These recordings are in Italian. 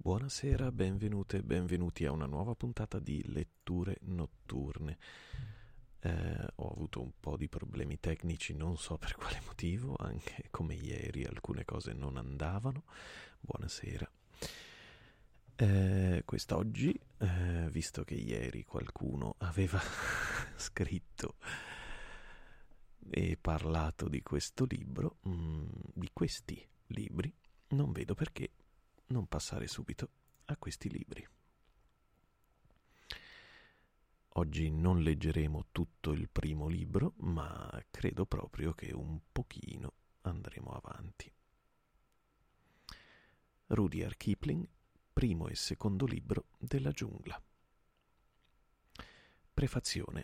Buonasera, benvenute e benvenuti a una nuova puntata di Letture Notturne. Ho avuto un po' di problemi tecnici, non so per quale motivo, anche come ieri alcune cose non andavano. Buonasera. Quest'oggi, visto che ieri qualcuno aveva scritto e parlato di questo libro, di questi libri, non vedo perché non passare subito a questi libri. Oggi non leggeremo tutto il primo libro, ma credo proprio che un pochino andremo avanti. Rudyard Kipling, primo e secondo libro della giungla. Prefazione.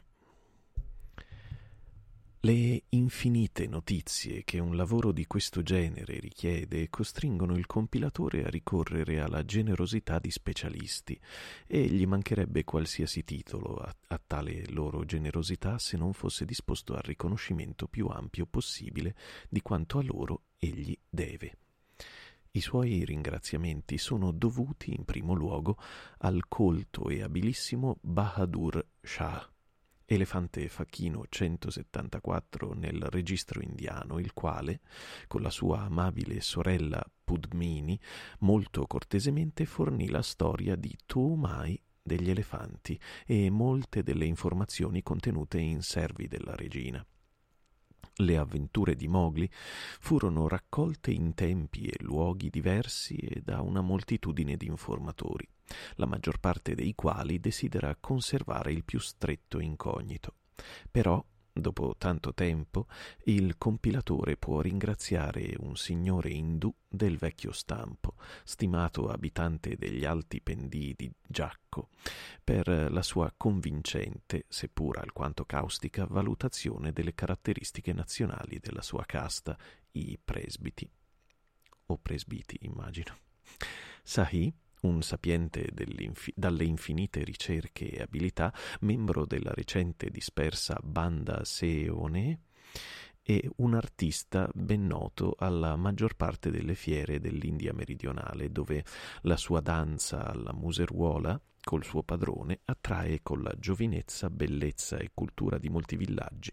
Le infinite notizie che un lavoro di questo genere richiede costringono il compilatore a ricorrere alla generosità di specialisti e gli mancherebbe qualsiasi titolo a tale loro generosità se non fosse disposto al riconoscimento più ampio possibile di quanto a loro egli deve. I suoi ringraziamenti sono dovuti in primo luogo al colto e abilissimo Bahadur Shah, elefante facchino 174 nel registro indiano, il quale, con la sua amabile sorella Pudmini, molto cortesemente fornì la storia di Toomai degli elefanti e molte delle informazioni contenute in Servi della regina. Le avventure di Mowgli furono raccolte in tempi e luoghi diversi e da una moltitudine di informatori, la maggior parte dei quali desidera conservare il più stretto incognito. Però, dopo tanto tempo, il compilatore può ringraziare un signore indù del vecchio stampo, stimato abitante degli alti pendii di Giacco, per la sua convincente, seppur alquanto caustica, valutazione delle caratteristiche nazionali della sua casta, i presbiti. O presbiti, immagino. Sahi, un sapiente dalle infinite ricerche e abilità, membro della recente dispersa Banda Seone, e un artista ben noto alla maggior parte delle fiere dell'India meridionale, dove la sua danza alla museruola col suo padrone attrae con la giovinezza, bellezza e cultura di molti villaggi.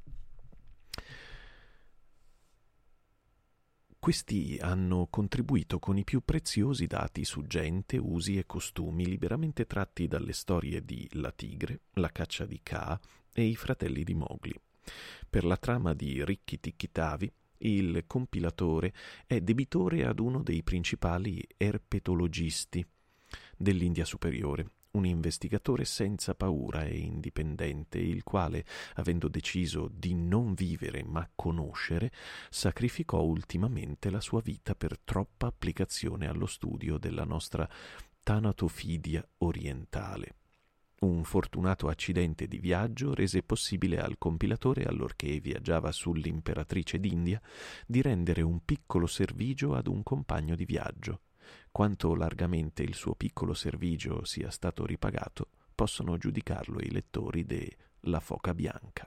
Questi hanno contribuito con i più preziosi dati su gente, usi e costumi liberamente tratti dalle storie di La Tigre, La caccia di Kaa e I fratelli di Mowgli. Per la trama di Rikki Tikki Tavi, il compilatore è debitore ad uno dei principali erpetologisti dell'India superiore, un investigatore senza paura e indipendente, il quale, avendo deciso di non vivere ma conoscere, sacrificò ultimamente la sua vita per troppa applicazione allo studio della nostra Thanatophidea orientale. Un fortunato accidente di viaggio rese possibile al compilatore, allorché viaggiava sull'Imperatrice d'India, di rendere un piccolo servigio ad un compagno di viaggio. Quanto largamente il suo piccolo servigio sia stato ripagato, possono giudicarlo i lettori de La foca bianca.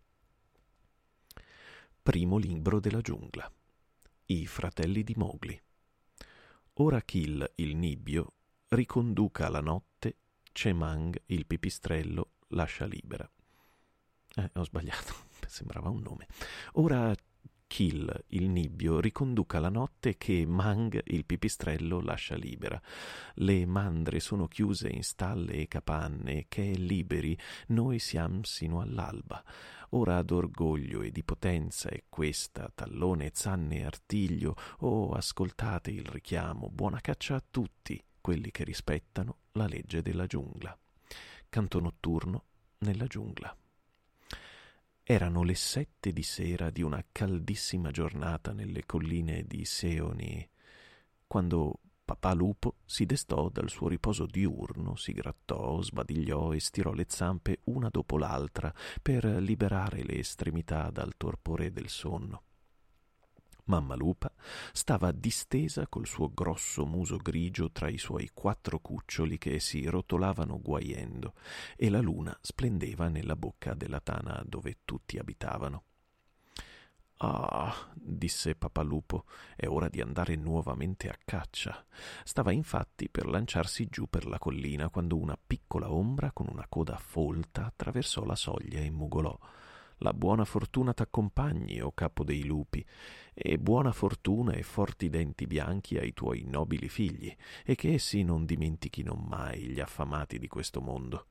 Primo libro della giungla. I fratelli di Mowgli. Ora Kil, il nibbio, riconduca la notte, Cemang, il pipistrello, lascia libera. Ho sbagliato, sembrava un nome. Ora Kil, il nibbio, riconduca la notte che Mang, il pipistrello, lascia libera. Le mandre sono chiuse in stalle e capanne, che è liberi, noi siam sino all'alba. Ora d'orgoglio e di potenza è questa, tallone, zanne e artiglio, oh, ascoltate il richiamo, buona caccia a tutti quelli che rispettano la legge della giungla. Canto notturno nella giungla. Erano le 7 di sera di una caldissima giornata nelle colline di Seoni, quando papà lupo si destò dal suo riposo diurno, si grattò, sbadigliò e stirò le zampe una dopo l'altra per liberare le estremità dal torpore del sonno. Mamma lupa stava distesa col suo grosso muso grigio tra i suoi 4 cuccioli che si rotolavano guaiendo, e la luna splendeva nella bocca della tana dove tutti abitavano. «Ah», disse Papalupo, «è ora di andare nuovamente a caccia». Stava infatti per lanciarsi giù per la collina quando una piccola ombra con una coda folta attraversò la soglia e mugolò. «La buona fortuna t'accompagni, o capo dei lupi, e buona fortuna e forti denti bianchi ai tuoi nobili figli, e che essi non dimentichino mai gli affamati di questo mondo».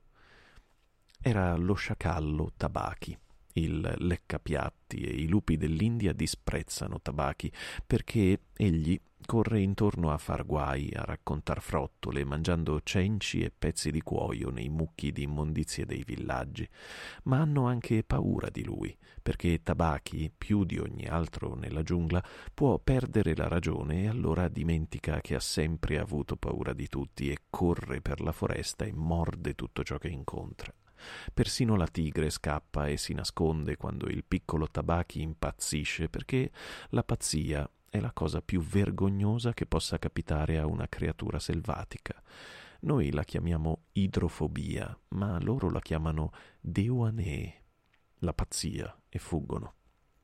Era lo sciacallo Tabaki. Il leccapiatti e i lupi dell'India disprezzano Tabaki perché egli corre intorno a far guai, a raccontar frottole, mangiando cenci e pezzi di cuoio nei mucchi di immondizie dei villaggi, ma hanno anche paura di lui, perché Tabaki, più di ogni altro nella giungla, può perdere la ragione e allora dimentica che ha sempre avuto paura di tutti e corre per la foresta e morde tutto ciò che incontra. Persino la tigre scappa e si nasconde quando il piccolo Tabaki impazzisce, perché la pazzia è la cosa più vergognosa che possa capitare a una creatura selvatica. Noi la chiamiamo idrofobia, ma loro la chiamano dewanee, la pazzia, e fuggono.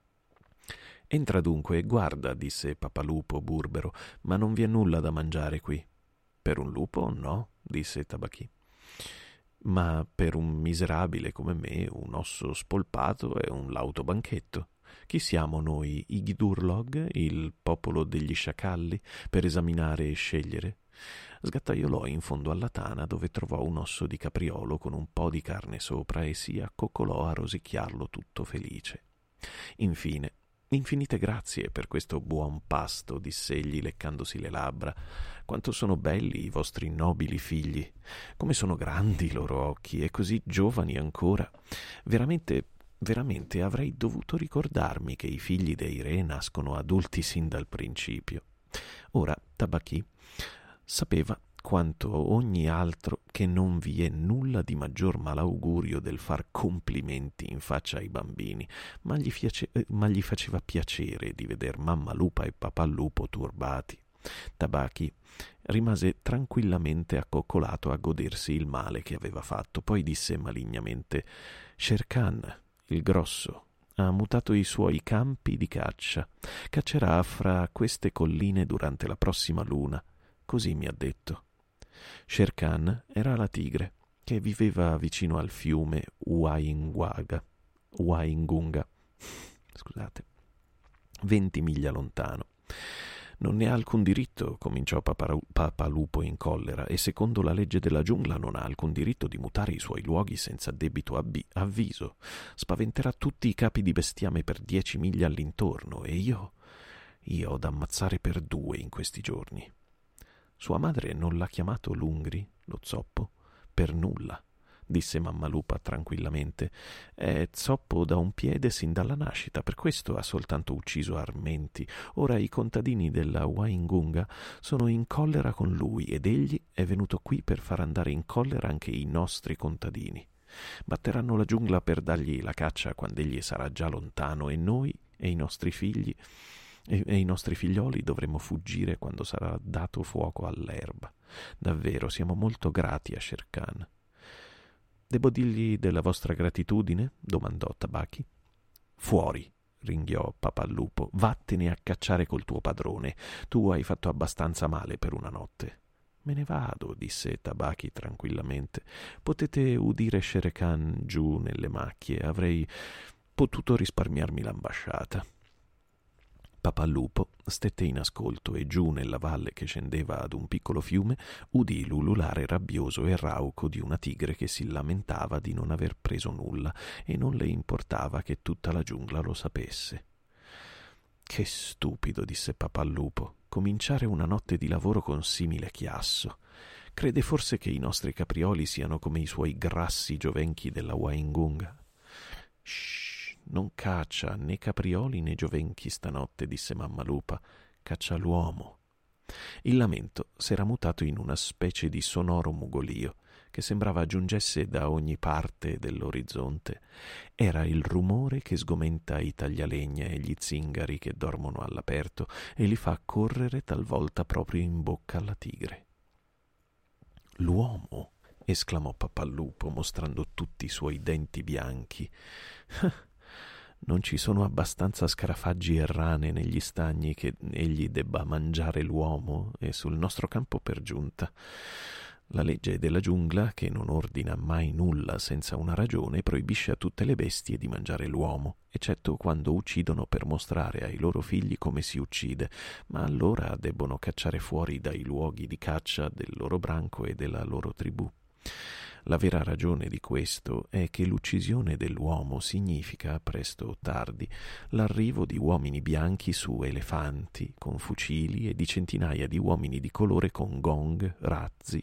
«Entra dunque e guarda», disse Papalupo burbero, «ma non vi è nulla da mangiare qui». «Per un lupo, no», disse Tabaki. «Ma per un miserabile come me un osso spolpato è un lauto banchetto. Chi siamo noi, i Ghidurlog, il popolo degli sciacalli, per esaminare e scegliere?» Sgattaiolò in fondo alla tana, dove trovò un osso di capriolo con un po' di carne sopra e si accoccolò a rosicchiarlo tutto felice. Infine, «Infinite grazie per questo buon pasto», diss'egli leccandosi le labbra. «Quanto sono belli i vostri nobili figli! Come sono grandi i loro occhi e così giovani ancora! Veramente avrei dovuto ricordarmi che i figli dei re nascono adulti sin dal principio». Ora Tabaki sapeva quanto ogni altro che non vi è nulla di maggior malaugurio del far complimenti in faccia ai bambini, ma gli faceva piacere di veder mamma lupa e papà lupo turbati. Tabaki rimase tranquillamente accoccolato a godersi il male che aveva fatto, poi disse malignamente: «Shere Khan, il grosso, ha mutato i suoi campi di caccia. Caccerà fra queste colline durante la prossima luna. Così mi ha detto». Shere Khan era la tigre che viveva vicino al fiume Waingunga, scusate, 20 miglia lontano. «Non ne ha alcun diritto», cominciò Papalupo in collera, «e secondo la legge della giungla non ha alcun diritto di mutare i suoi luoghi senza debito avviso. Spaventerà tutti i capi di bestiame per 10 miglia all'intorno e io ho da ammazzare per 2 in questi giorni». «Sua madre non l'ha chiamato Lungri, lo zoppo?» «Per nulla», disse Mammalupa tranquillamente. «È zoppo da un piede sin dalla nascita, per questo ha soltanto ucciso armenti. Ora i contadini della Waingunga sono in collera con lui ed egli è venuto qui per far andare in collera anche i nostri contadini. Batteranno la giungla per dargli la caccia quando egli sarà già lontano e noi e i nostri figli e i nostri figlioli dovremo fuggire quando sarà dato fuoco all'erba. Davvero siamo molto grati a Shere Khan». «Devo dirgli della vostra gratitudine?» domandò Tabaki. «Fuori», ringhiò Papalupo, «vattene a cacciare col tuo padrone. Tu hai fatto abbastanza male per una notte». «Me ne vado», disse Tabaki tranquillamente. «Potete udire Shere Khan giù nelle macchie. Avrei potuto risparmiarmi l'ambasciata». Papalupo stette in ascolto e giù nella valle che scendeva ad un piccolo fiume udì l'ululare rabbioso e rauco di una tigre che si lamentava di non aver preso nulla e non le importava che tutta la giungla lo sapesse. «Che stupido», disse Papalupo, «cominciare una notte di lavoro con simile chiasso. Crede forse che i nostri caprioli siano come i suoi grassi giovenchi della Waingunga?» «Shh! Non caccia né caprioli né giovenchi stanotte», disse Mammalupa. «Caccia l'uomo». Il lamento s'era mutato in una specie di sonoro mugolio che sembrava giungesse da ogni parte dell'orizzonte. Era il rumore che sgomenta i taglialegna e gli zingari che dormono all'aperto e li fa correre talvolta proprio in bocca alla tigre. «L'uomo!» esclamò Papalupo mostrando tutti i suoi denti bianchi. Non ci sono abbastanza scarafaggi e rane negli stagni che egli debba mangiare l'uomo, e sul nostro campo per giunta. La legge della giungla, che non ordina mai nulla senza una ragione, proibisce a tutte le bestie di mangiare l'uomo, eccetto quando uccidono per mostrare ai loro figli come si uccide, ma allora debbono cacciare fuori dai luoghi di caccia del loro branco e della loro tribù. La vera ragione di questo è che l'uccisione dell'uomo significa, presto o tardi, l'arrivo di uomini bianchi su elefanti con fucili e di centinaia di uomini di colore con gong, razzi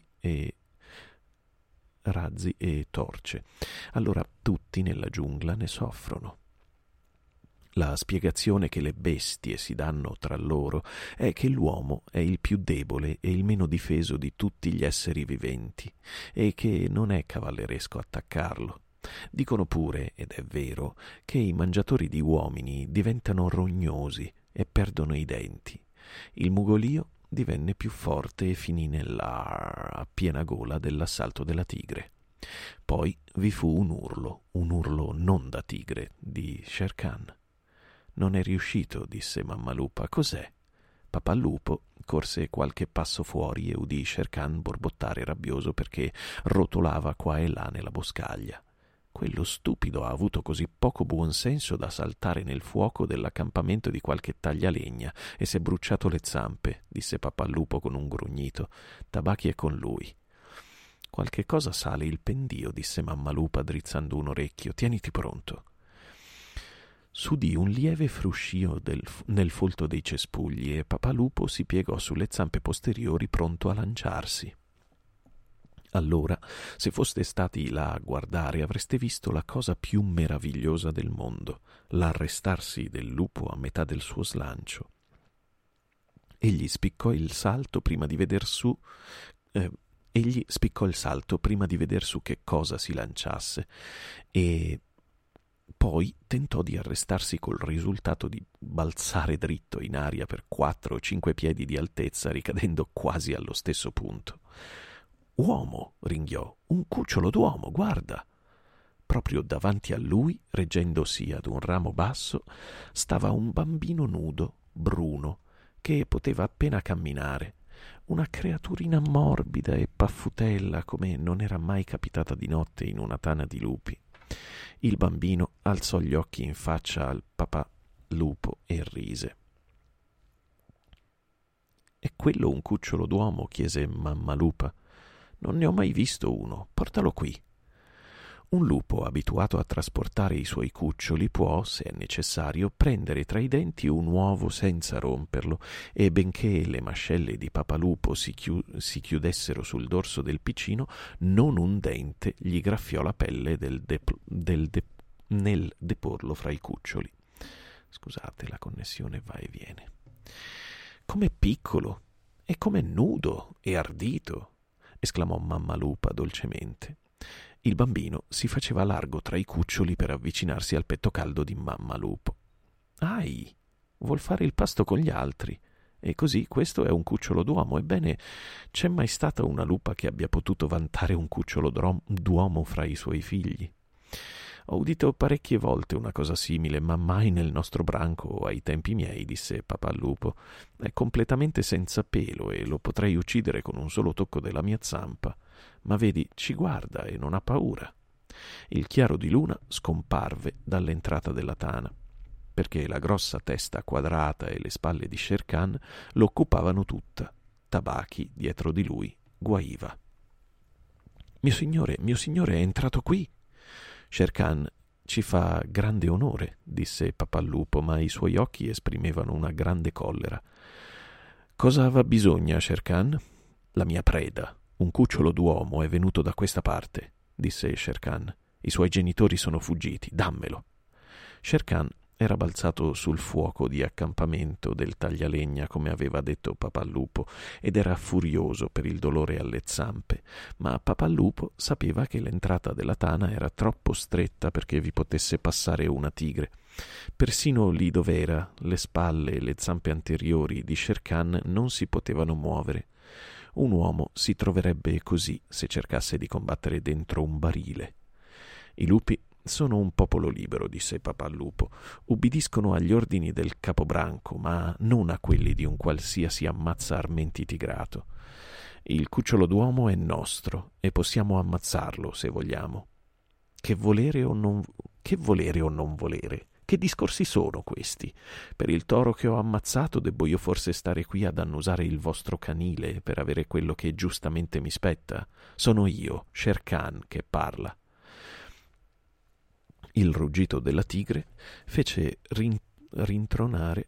e torce. Allora tutti nella giungla ne soffrono. La spiegazione che le bestie si danno tra loro è che l'uomo è il più debole e il meno difeso di tutti gli esseri viventi e che non è cavalleresco attaccarlo. Dicono pure, ed è vero, che i mangiatori di uomini diventano rognosi e perdono i denti. Il mugolìo divenne più forte e finì a piena gola dell'assalto della tigre. Poi vi fu un urlo non da tigre, di Shere Khan. «Non è riuscito», disse Mammalupa. «Cos'è?» Papà Lupo corse qualche passo fuori e udì Shere Khan borbottare rabbioso perché rotolava qua e là nella boscaglia. «Quello stupido ha avuto così poco buon senso da saltare nel fuoco dell'accampamento di qualche taglialegna e si è bruciato le zampe», disse Papà Lupo con un grugnito. «Tabacchi è con lui». «Qualche cosa sale il pendio», disse Mammalupa drizzando un orecchio. «Tieniti pronto». S'udì un lieve fruscio nel folto dei cespugli e Papà Lupo si piegò sulle zampe posteriori pronto a lanciarsi. Allora, se foste stati là a guardare, avreste visto la cosa più meravigliosa del mondo, l'arrestarsi del lupo a metà del suo slancio. Egli spiccò il salto prima di veder su che cosa si lanciasse e poi tentò di arrestarsi col risultato di balzare dritto in aria per 4 o 5 piedi di altezza, ricadendo quasi allo stesso punto. «Uomo!» ringhiò. «Un cucciolo d'uomo, guarda!» Proprio davanti a lui, reggendosi ad un ramo basso, stava un bambino nudo, bruno, che poteva appena camminare. Una creaturina morbida e paffutella come non era mai capitata di notte in una tana di lupi. Il bambino alzò gli occhi in faccia al papà lupo e rise. «È quello un cucciolo d'uomo?» chiese Mammalupa. «Non ne ho mai visto uno. Portalo qui». Un lupo abituato a trasportare i suoi cuccioli può, se è necessario, prendere tra i denti un uovo senza romperlo e benché le mascelle di Papalupo si chiudessero sul dorso del piccino, non un dente gli graffiò la pelle nel deporlo fra i cuccioli. Scusate, la connessione va e viene. «Com'è piccolo! E com'è nudo e ardito!» esclamò Mammalupa dolcemente. Il bambino si faceva largo tra i cuccioli per avvicinarsi al petto caldo di Mammalupo. «Ahi! Vuol fare il pasto con gli altri. E così questo è un cucciolo d'uomo. Ebbene, c'è mai stata una lupa che abbia potuto vantare un cucciolo d'uomo fra i suoi figli? Ho udito parecchie volte una cosa simile, ma mai nel nostro branco ai tempi miei», disse Papà Lupo. «È completamente senza pelo e lo potrei uccidere con un solo tocco della mia zampa. Ma vedi, ci guarda e non ha paura». Il chiaro di luna scomparve dall'entrata della tana, perché la grossa testa quadrata e le spalle di Shere Khan lo occupavano tutta. Tabacchi, dietro di lui, guaiva. Mio signore è entrato qui!» «Shere Khan ci fa grande onore», disse Papà Lupo, ma i suoi occhi esprimevano una grande collera. «Cosa va bisogna, Shere Khan?» «La mia preda, un cucciolo d'uomo, è venuto da questa parte», disse Shere Khan. «I suoi genitori sono fuggiti, dammelo». Shere Khan era balzato sul fuoco di accampamento del taglialegna, come aveva detto Papà Lupo, ed era furioso per il dolore alle zampe, ma Papà Lupo sapeva che l'entrata della tana era troppo stretta perché vi potesse passare una tigre. Persino lì dov'era, le spalle e le zampe anteriori di Shere Khan non si potevano muovere. Un uomo si troverebbe così se cercasse di combattere dentro un barile. I lupi sono un popolo libero, disse Papà Lupo. Ubbidiscono agli ordini del capobranco, ma non a quelli di un qualsiasi ammazza armenti tigrato. Il cucciolo d'uomo è nostro e possiamo ammazzarlo se vogliamo. Che volere o non volere? Che discorsi sono questi? Per il toro che ho ammazzato debbo io forse stare qui ad annusare il vostro canile per avere quello che giustamente mi spetta? Sono io, Shere Khan, che parla. Il ruggito della tigre fece rintronare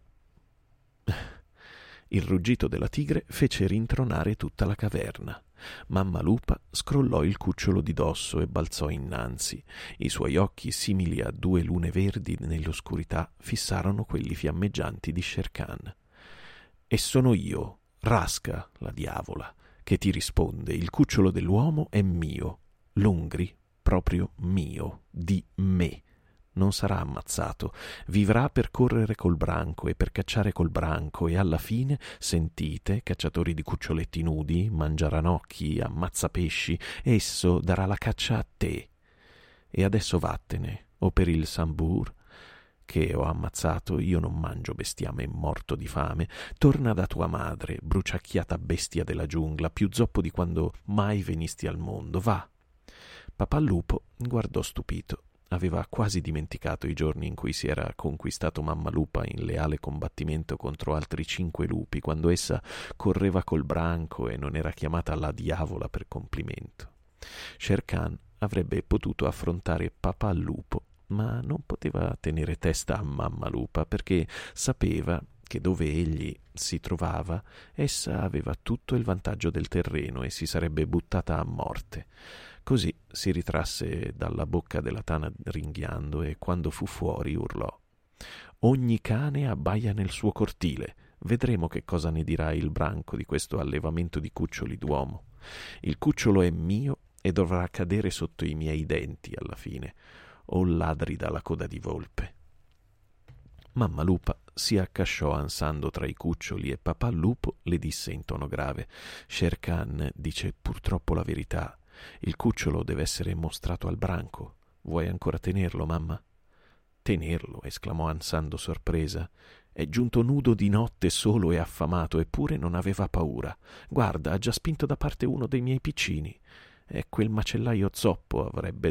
tutta la caverna. Mammalupa scrollò il cucciolo di dosso e balzò innanzi. I suoi occhi, simili a due lune verdi nell'oscurità, fissarono quelli fiammeggianti di Shere Khan. E sono io, Raska, la diavola, che ti risponde: il cucciolo dell'uomo è mio, l'Ungri proprio mio, di me. Non sarà ammazzato, vivrà per correre col branco e per cacciare col branco, e alla fine, sentite, cacciatori di cuccioletti nudi, mangiaranocchi, ammazzapesci, esso darà la caccia a te. E adesso vattene, o per il Sambur, che ho ammazzato, io non mangio bestiame morto di fame, torna da tua madre, bruciacchiata bestia della giungla, più zoppo di quando mai venisti al mondo, va. Papà Lupo guardò stupito. Aveva quasi dimenticato i giorni in cui si era conquistato Mammalupa in leale combattimento contro altri 5 lupi, quando essa correva col branco e non era chiamata la diavola per complimento. Shere Khan avrebbe potuto affrontare Papà Lupo, ma non poteva tenere testa a Mammalupa perché sapeva che dove egli si trovava essa aveva tutto il vantaggio del terreno e si sarebbe buttata a morte. Così si ritrasse dalla bocca della tana ringhiando e quando fu fuori urlò: «Ogni cane abbaia nel suo cortile. Vedremo che cosa ne dirà il branco di questo allevamento di cuccioli d'uomo. Il cucciolo è mio e dovrà cadere sotto i miei denti alla fine, o ladri dalla coda di volpe». Mammalupa si accasciò ansando tra i cuccioli e Papà Lupo le disse in tono grave: «Shere Khan dice purtroppo la verità. Il cucciolo deve essere mostrato al branco. Vuoi ancora tenerlo, mamma?» «Tenerlo?» esclamò ansando sorpresa. «È giunto nudo di notte, solo e affamato, eppure non aveva paura. Guarda, ha già spinto da parte uno dei miei piccini. E quel macellaio zoppo avrebbe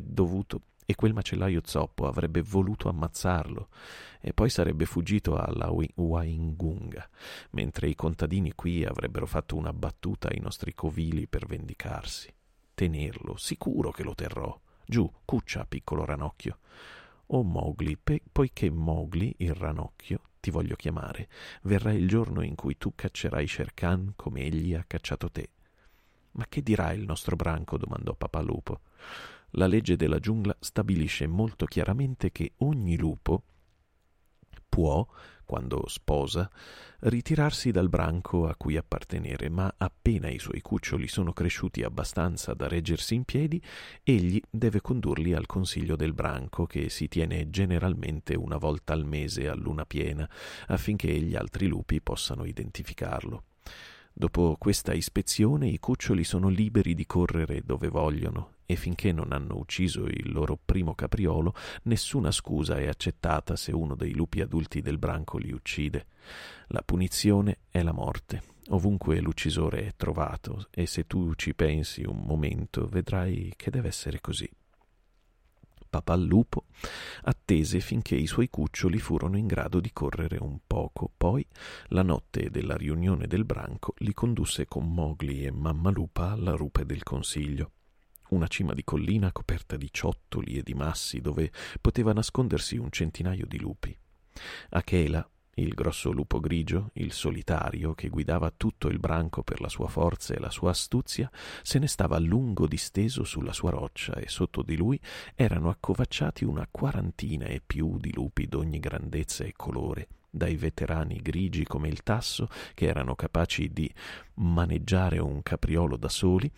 voluto ammazzarlo, e poi sarebbe fuggito alla Waingunga, mentre i contadini qui avrebbero fatto una battuta ai nostri covili per vendicarsi. Tenerlo, sicuro che lo terrò. Giù, cuccia, piccolo ranocchio. O Mowgli, poiché Mowgli, il ranocchio, ti voglio chiamare, verrà il giorno in cui tu caccerai Shere Khan come egli ha cacciato te». «Ma che dirà il nostro branco?» domandò Papà Lupo. «La legge della giungla stabilisce molto chiaramente che ogni lupo può, quando sposa, ritirarsi dal branco a cui appartenere, ma appena i suoi cuccioli sono cresciuti abbastanza da reggersi in piedi, egli deve condurli al consiglio del branco, che si tiene generalmente una volta al mese a luna piena, affinché gli altri lupi possano identificarlo. Dopo questa ispezione i cuccioli sono liberi di correre dove vogliono, e finché non hanno ucciso il loro primo capriolo, nessuna scusa è accettata se uno dei lupi adulti del branco li uccide. La punizione è la morte, ovunque l'uccisore è trovato, e se tu ci pensi un momento vedrai che deve essere così». Papà Lupo attese finché i suoi cuccioli furono in grado di correre un poco, poi, la notte della riunione del branco, li condusse con Mowgli e Mammalupa alla rupe del consiglio, una cima di collina coperta di ciottoli e di massi dove poteva nascondersi un centinaio di lupi. Akela, il grosso lupo grigio, il solitario che guidava tutto il branco per la sua forza e la sua astuzia, se ne stava a lungo disteso sulla sua roccia e sotto di lui erano accovacciati una quarantina e più di lupi d'ogni grandezza e colore, dai veterani grigi come il tasso, che erano capaci di maneggiare un capriolo da soli,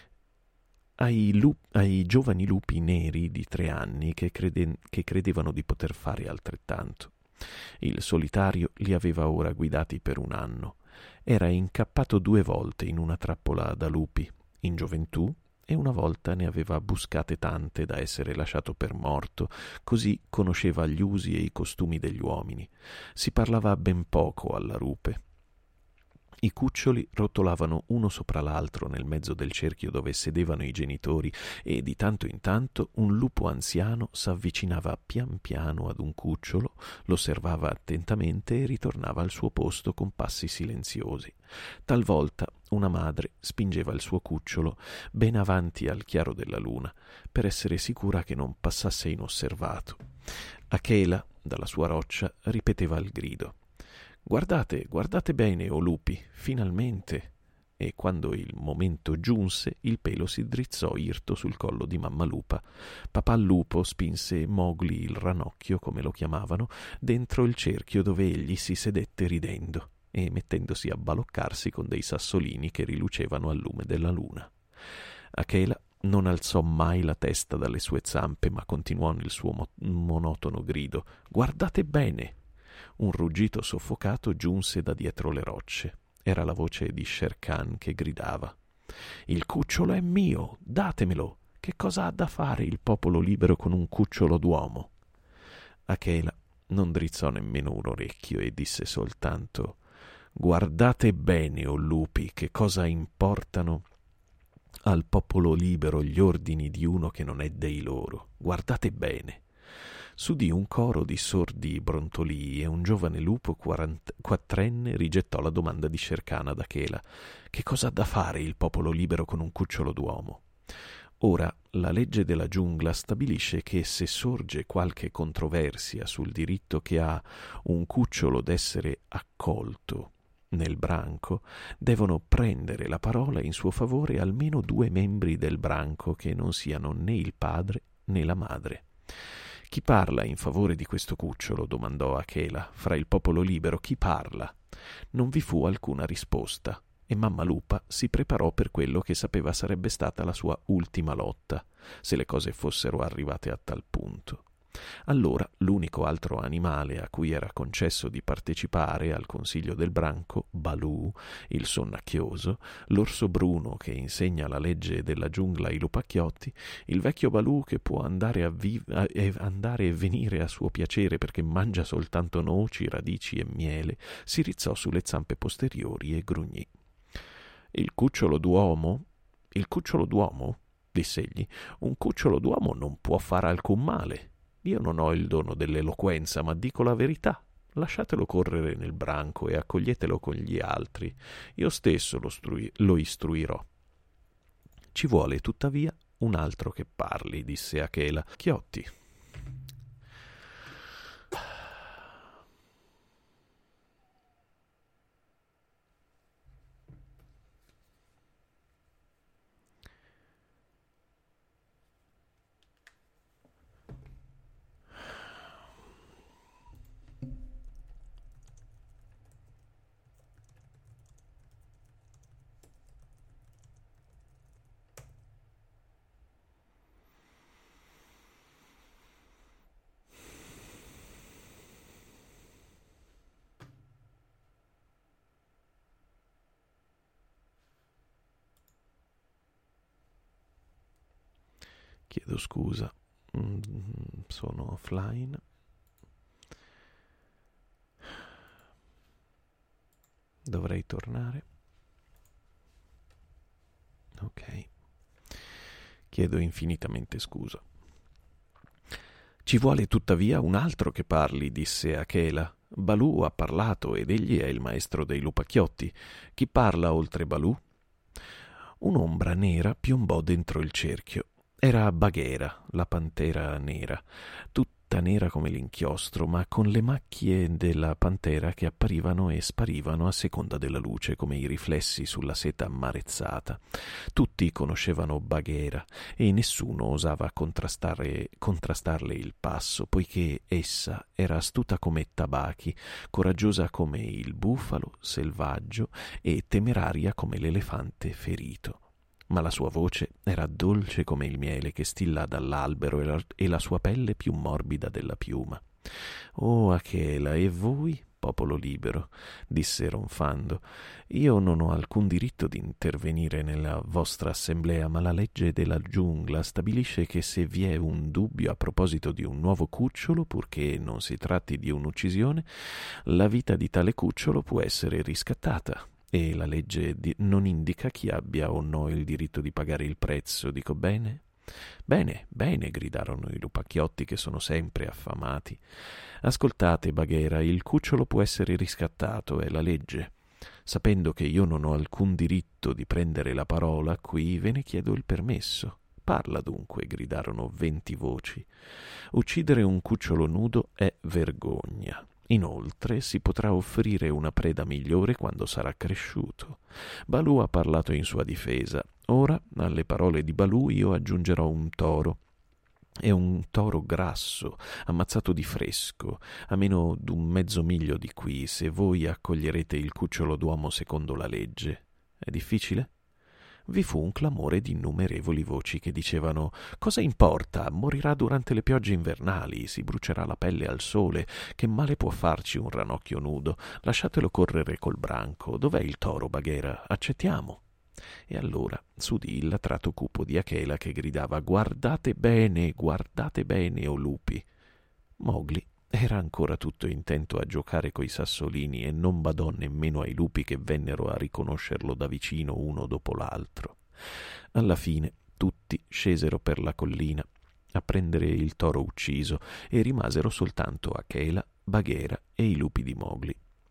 ai giovani lupi neri di 3 anni che credevano di poter fare altrettanto. Il solitario li aveva ora guidati per 1 anno. Era incappato 2 volte in una trappola da lupi, in gioventù, e una volta ne aveva buscate tante da essere lasciato per morto, così conosceva gli usi e i costumi degli uomini. Si parlava ben poco alla rupe. I cuccioli rotolavano uno sopra l'altro nel mezzo del cerchio dove sedevano i genitori e di tanto in tanto un lupo anziano s'avvicinava pian piano ad un cucciolo, lo osservava attentamente e ritornava al suo posto con passi silenziosi. Talvolta una madre spingeva il suo cucciolo ben avanti al chiaro della luna per essere sicura che non passasse inosservato. Achela, dalla sua roccia, ripeteva il grido: «Guardate, guardate bene, o lupi, finalmente!» E quando il momento giunse, il pelo si drizzò irto sul collo di mamma lupa. Papà lupo spinse Mowgli il ranocchio, come lo chiamavano, dentro il cerchio dove egli si sedette ridendo e mettendosi a baloccarsi con dei sassolini che rilucevano al lume della luna. Achela non alzò mai la testa dalle sue zampe, ma continuò nel suo monotono grido: «Guardate bene!» Un ruggito soffocato giunse da dietro le rocce. Era la voce di Shere Khan che gridava: «Il cucciolo è mio, datemelo! Che cosa ha da fare il popolo libero con un cucciolo d'uomo?» Achela non drizzò nemmeno un orecchio e disse soltanto: «Guardate bene, o lupi, che cosa importano al popolo libero gli ordini di uno che non è dei loro. Guardate bene!» S'udì un coro di sordi brontolii e un giovane lupo quattrenne rigettò la domanda di Shere Khan ad Achela: «Che cosa ha da fare il popolo libero con un cucciolo d'uomo?» Ora, la legge della giungla stabilisce che se sorge qualche controversia sul diritto che ha un cucciolo d'essere accolto nel branco, devono prendere la parola in suo favore almeno 2 membri del branco che non siano né il padre né la madre. «Chi parla in favore di questo cucciolo?» domandò Achela. «Fra il popolo libero chi parla?» Non vi fu alcuna risposta e mamma lupa si preparò per quello che sapeva sarebbe stata la sua ultima lotta, se le cose fossero arrivate a tal punto. Allora l'unico altro animale a cui era concesso di partecipare al consiglio del branco, Balù, il sonnacchioso, l'orso bruno che insegna la legge della giungla ai lupacchiotti, il vecchio Balù che può andare e venire a suo piacere perché mangia soltanto noci, radici e miele, si rizzò sulle zampe posteriori e grugnì. «Il cucciolo d'uomo? Il cucciolo d'uomo?» diss'egli. «Un cucciolo d'uomo non può fare alcun male. Io non ho il dono dell'eloquenza, ma dico la verità. Lasciatelo correre nel branco e accoglietelo con gli altri. Io stesso lo istruirò». «Ci vuole tuttavia un altro che parli», disse Achela. «Chiotti». Chiedo scusa, sono offline. Dovrei tornare. Ok. Chiedo infinitamente scusa. «Ci vuole tuttavia un altro che parli», disse Achela. «Balù ha parlato ed egli è il maestro dei lupacchiotti. Chi parla oltre Balù?» Un'ombra nera piombò dentro il cerchio. Era Baghera, la pantera nera, tutta nera come l'inchiostro, ma con le macchie della pantera che apparivano e sparivano a seconda della luce, come i riflessi sulla seta ammarezzata. Tutti conoscevano Baghera e nessuno osava contrastarle il passo, poiché essa era astuta come Tabaki, coraggiosa come il bufalo selvaggio e temeraria come l'elefante ferito. Ma la sua voce era dolce come il miele che stilla dall'albero e la sua pelle più morbida della piuma. «Oh, Achela, e voi, popolo libero, disse ronfando. Io non ho alcun diritto di intervenire nella vostra assemblea, ma la legge della giungla stabilisce che se vi è un dubbio a proposito di un nuovo cucciolo, purché non si tratti di un'uccisione, la vita di tale cucciolo può essere riscattata. E la legge non indica chi abbia o no il diritto di pagare il prezzo, dico bene? Bene, bene, gridarono i lupacchiotti, che sono sempre affamati. Ascoltate, Baghera, il cucciolo può essere riscattato, è la legge. Sapendo che io non ho alcun diritto di prendere la parola, qui ve ne chiedo il permesso. Parla dunque, gridarono 20 voci. Uccidere un cucciolo nudo è vergogna. Inoltre si potrà offrire una preda migliore quando sarà cresciuto. Balù ha parlato in sua difesa. Ora, alle parole di Balù, io aggiungerò un toro. È un toro grasso, ammazzato di fresco, a meno d'un mezzo miglio di qui, se voi accoglierete il cucciolo d'uomo secondo la legge. È difficile? Vi fu un clamore di innumerevoli voci che dicevano: «Cosa importa? Morirà durante le piogge invernali, si brucerà la pelle al sole. Che male può farci un ranocchio nudo? Lasciatelo correre col branco. Dov'è il toro, Baghera? Accettiamo». E allora s'udì il latrato cupo di Achela che gridava: guardate bene, o lupi!» Mowgli era ancora tutto intento a giocare coi sassolini e non badò nemmeno ai lupi che vennero a riconoscerlo da vicino uno dopo l'altro. Alla fine tutti scesero per la collina a prendere il toro ucciso e rimasero soltanto Achela, Baghera e i lupi di Mowgli.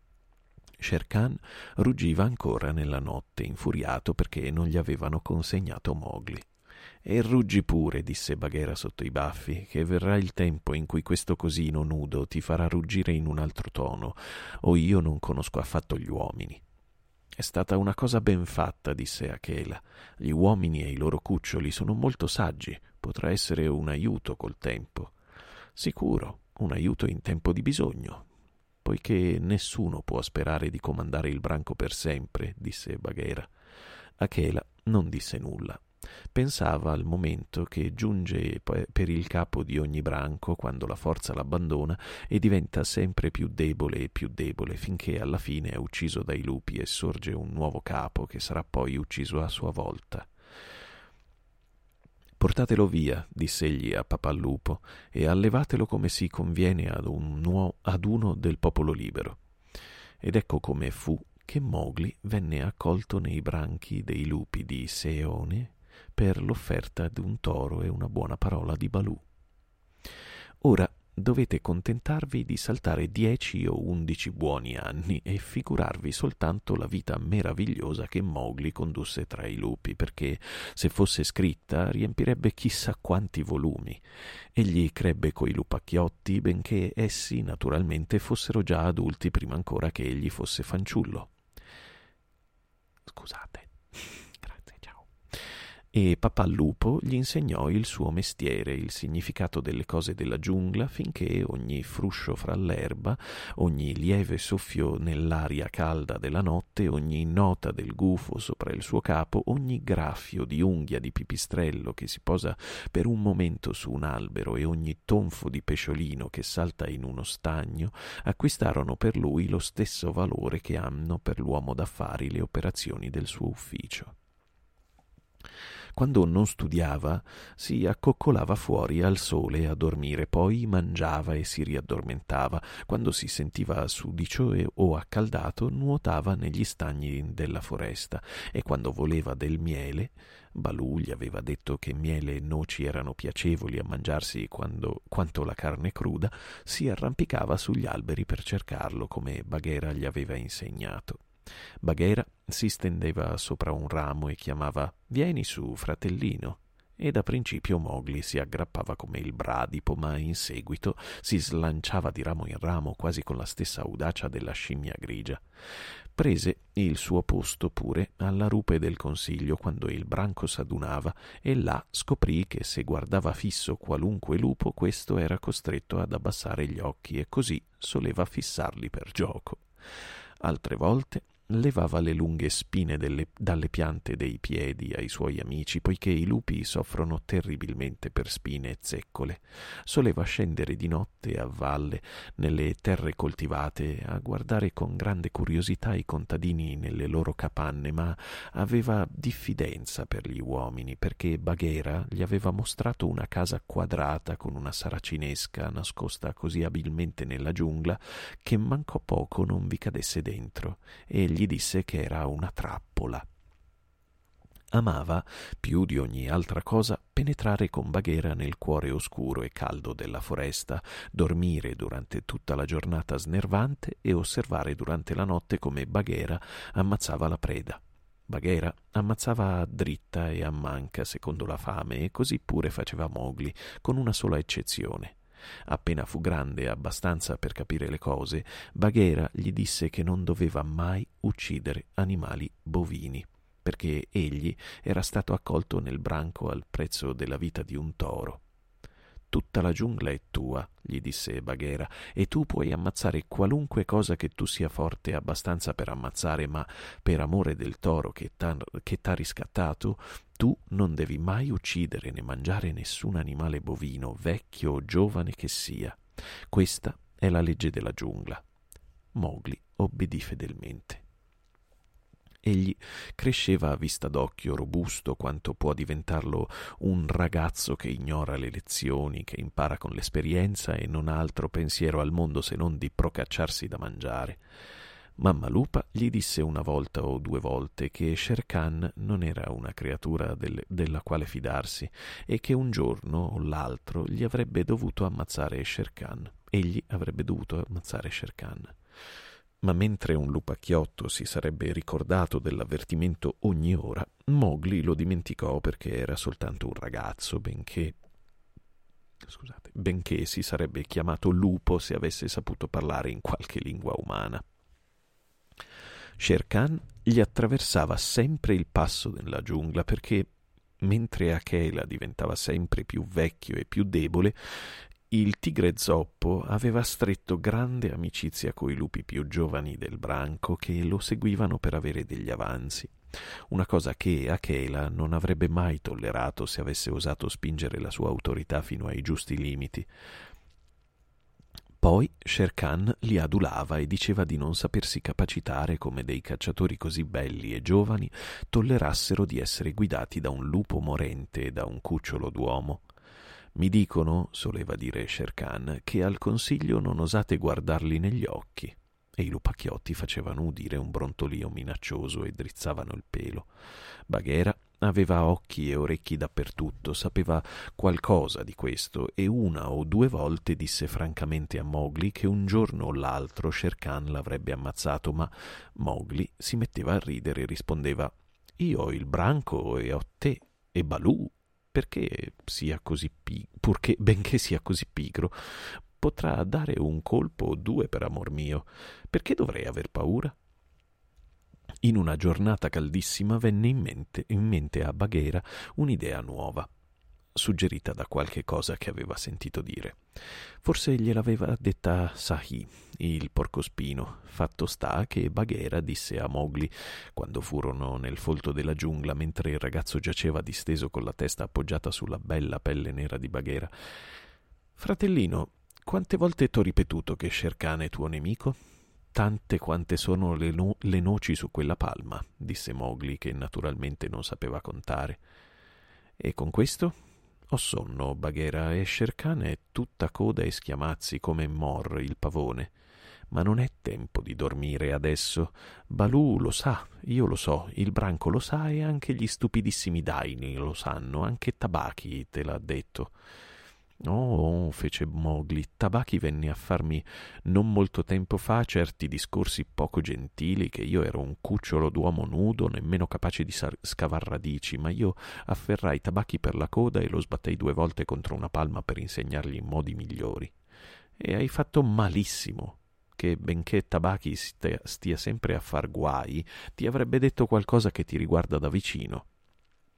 Shere Khan ruggiva ancora nella notte, infuriato perché non gli avevano consegnato Mowgli. «E ruggi pure», disse Baghera sotto i baffi, «che verrà il tempo in cui questo cosino nudo ti farà ruggire in un altro tono, o io non conosco affatto gli uomini». «È stata una cosa ben fatta», disse Achela. «Gli uomini e i loro cuccioli sono molto saggi, potrà essere un aiuto col tempo». «Sicuro, un aiuto in tempo di bisogno, poiché nessuno può sperare di comandare il branco per sempre», disse Baghera. Achela non disse nulla. Pensava al momento che giunge per il capo di ogni branco quando la forza l'abbandona e diventa sempre più debole finché alla fine è ucciso dai lupi e sorge un nuovo capo che sarà poi ucciso a sua volta. «Portatelo via», diss'egli a Papallupo, «e allevatelo come si conviene ad uno del popolo libero». Ed ecco come fu che Mowgli venne accolto nei branchi dei lupi di Seone per l'offerta di un toro e una buona parola di Balù. Ora dovete contentarvi di saltare 10 o 11 buoni anni e figurarvi soltanto la vita meravigliosa che Mowgli condusse tra i lupi, perché se fosse scritta riempirebbe chissà quanti volumi. Egli crebbe coi lupacchiotti, benché essi naturalmente fossero già adulti prima ancora che egli fosse fanciullo. Scusate. E Papallupo gli insegnò il suo mestiere, il significato delle cose della giungla, finché ogni fruscio fra l'erba, ogni lieve soffio nell'aria calda della notte, ogni nota del gufo sopra il suo capo, ogni graffio di unghia di pipistrello che si posa per un momento su un albero e ogni tonfo di pesciolino che salta in uno stagno acquistarono per lui lo stesso valore che hanno per l'uomo d'affari le operazioni del suo ufficio. Quando non studiava, si accoccolava fuori al sole a dormire, poi mangiava e si riaddormentava. Quando si sentiva sudicio o accaldato, nuotava negli stagni della foresta, e quando voleva del miele, Balù gli aveva detto che miele e noci erano piacevoli a mangiarsi quanto la carne cruda, si arrampicava sugli alberi per cercarlo, come Baghera gli aveva insegnato. Baghera si stendeva sopra un ramo e chiamava: «Vieni su, fratellino», e da principio Mowgli si aggrappava come il bradipo, ma in seguito si slanciava di ramo in ramo quasi con la stessa audacia della scimmia grigia. Prese il suo posto pure alla rupe del consiglio quando il branco s'adunava, e là scoprì che se guardava fisso qualunque lupo, questo era costretto ad abbassare gli occhi e così soleva fissarli per gioco. Altre volte levava le lunghe spine dalle piante dei piedi ai suoi amici, poiché i lupi soffrono terribilmente per spine e zeccole. Soleva scendere di notte a valle, nelle terre coltivate, a guardare con grande curiosità i contadini nelle loro capanne, ma aveva diffidenza per gli uomini, perché Baghera gli aveva mostrato una casa quadrata con una saracinesca nascosta così abilmente nella giungla che mancò poco non vi cadesse dentro, e gli disse che era una trappola. Amava, più di ogni altra cosa, penetrare con Baghera nel cuore oscuro e caldo della foresta, dormire durante tutta la giornata snervante e osservare durante la notte come Baghera ammazzava la preda. Baghera ammazzava dritta e a manca, secondo la fame, e così pure faceva Mowgli, con una sola eccezione. Appena fu grande abbastanza per capire le cose, Baghera gli disse che non doveva mai uccidere animali bovini, perché egli era stato accolto nel branco al prezzo della vita di un toro. «Tutta la giungla è tua», gli disse Baghera, «e tu puoi ammazzare qualunque cosa che tu sia forte abbastanza per ammazzare, ma per amore del toro che t'ha riscattato, tu non devi mai uccidere né mangiare nessun animale bovino, vecchio o giovane che sia. Questa è la legge della giungla». Mowgli obbedì fedelmente. Egli cresceva a vista d'occhio, robusto quanto può diventarlo un ragazzo che ignora le lezioni, che impara con l'esperienza e non ha altro pensiero al mondo se non di procacciarsi da mangiare. Mamma Lupa gli disse una volta o due volte che Shere Khan non era una creatura della quale fidarsi e che un giorno o l'altro gli avrebbe dovuto ammazzare Shere Khan. Egli avrebbe dovuto ammazzare Shere Khan. Ma mentre un lupacchiotto si sarebbe ricordato dell'avvertimento ogni ora, Mowgli lo dimenticò perché era soltanto un ragazzo, benché si sarebbe chiamato lupo se avesse saputo parlare in qualche lingua umana. Shere Khan gli attraversava sempre il passo nella giungla perché, mentre Akela diventava sempre più vecchio e più debole, il tigre zoppo aveva stretto grande amicizia coi lupi più giovani del branco che lo seguivano per avere degli avanzi, una cosa che Akela non avrebbe mai tollerato se avesse osato spingere la sua autorità fino ai giusti limiti. Poi Shere Khan li adulava e diceva di non sapersi capacitare come dei cacciatori così belli e giovani tollerassero di essere guidati da un lupo morente e da un cucciolo d'uomo. «Mi dicono», soleva dire Shere Khan, «che al consiglio non osate guardarli negli occhi». E i lupacchiotti facevano udire un brontolio minaccioso e drizzavano il pelo. Baghera aveva occhi e orecchi dappertutto, sapeva qualcosa di questo e una o due volte disse francamente a Mowgli che un giorno o l'altro Shere Khan l'avrebbe ammazzato, ma Mowgli si metteva a ridere e rispondeva: «Io ho il branco e ho te e Baloo. Benché sia così pigro, potrà dare un colpo o due per amor mio. Perché dovrei aver paura?» In una giornata caldissima venne in mente a Baghera un'idea nuova, suggerita da qualche cosa che aveva sentito dire. Forse gliel'aveva detta Sahi, il porcospino. Fatto sta che Baghera disse a Mowgli, quando furono nel folto della giungla, mentre il ragazzo giaceva disteso con la testa appoggiata sulla bella pelle nera di Baghera: «Fratellino, quante volte t'ho ripetuto che Shere Khan è tuo nemico?» «Tante quante sono le noci su quella palma», disse Mowgli, che naturalmente non sapeva contare. «E con questo? Ho sonno, Baghera, e Shere Khan è tutta coda e schiamazzi come Mor, il pavone. Ma non è tempo di dormire adesso. Baloo lo sa, io lo so, il branco lo sa e anche gli stupidissimi daini lo sanno, anche Tabaki te l'ha detto». «Oh», fece Mowgli, «Tabaki venne a farmi non molto tempo fa certi discorsi poco gentili, che io ero un cucciolo d'uomo nudo, nemmeno capace di scavar radici, ma io afferrai Tabaki per la coda e lo sbattei 2 volte contro una palma per insegnargli i modi migliori. E hai fatto malissimo, che benché Tabaki stia sempre a far guai, ti avrebbe detto qualcosa che ti riguarda da vicino».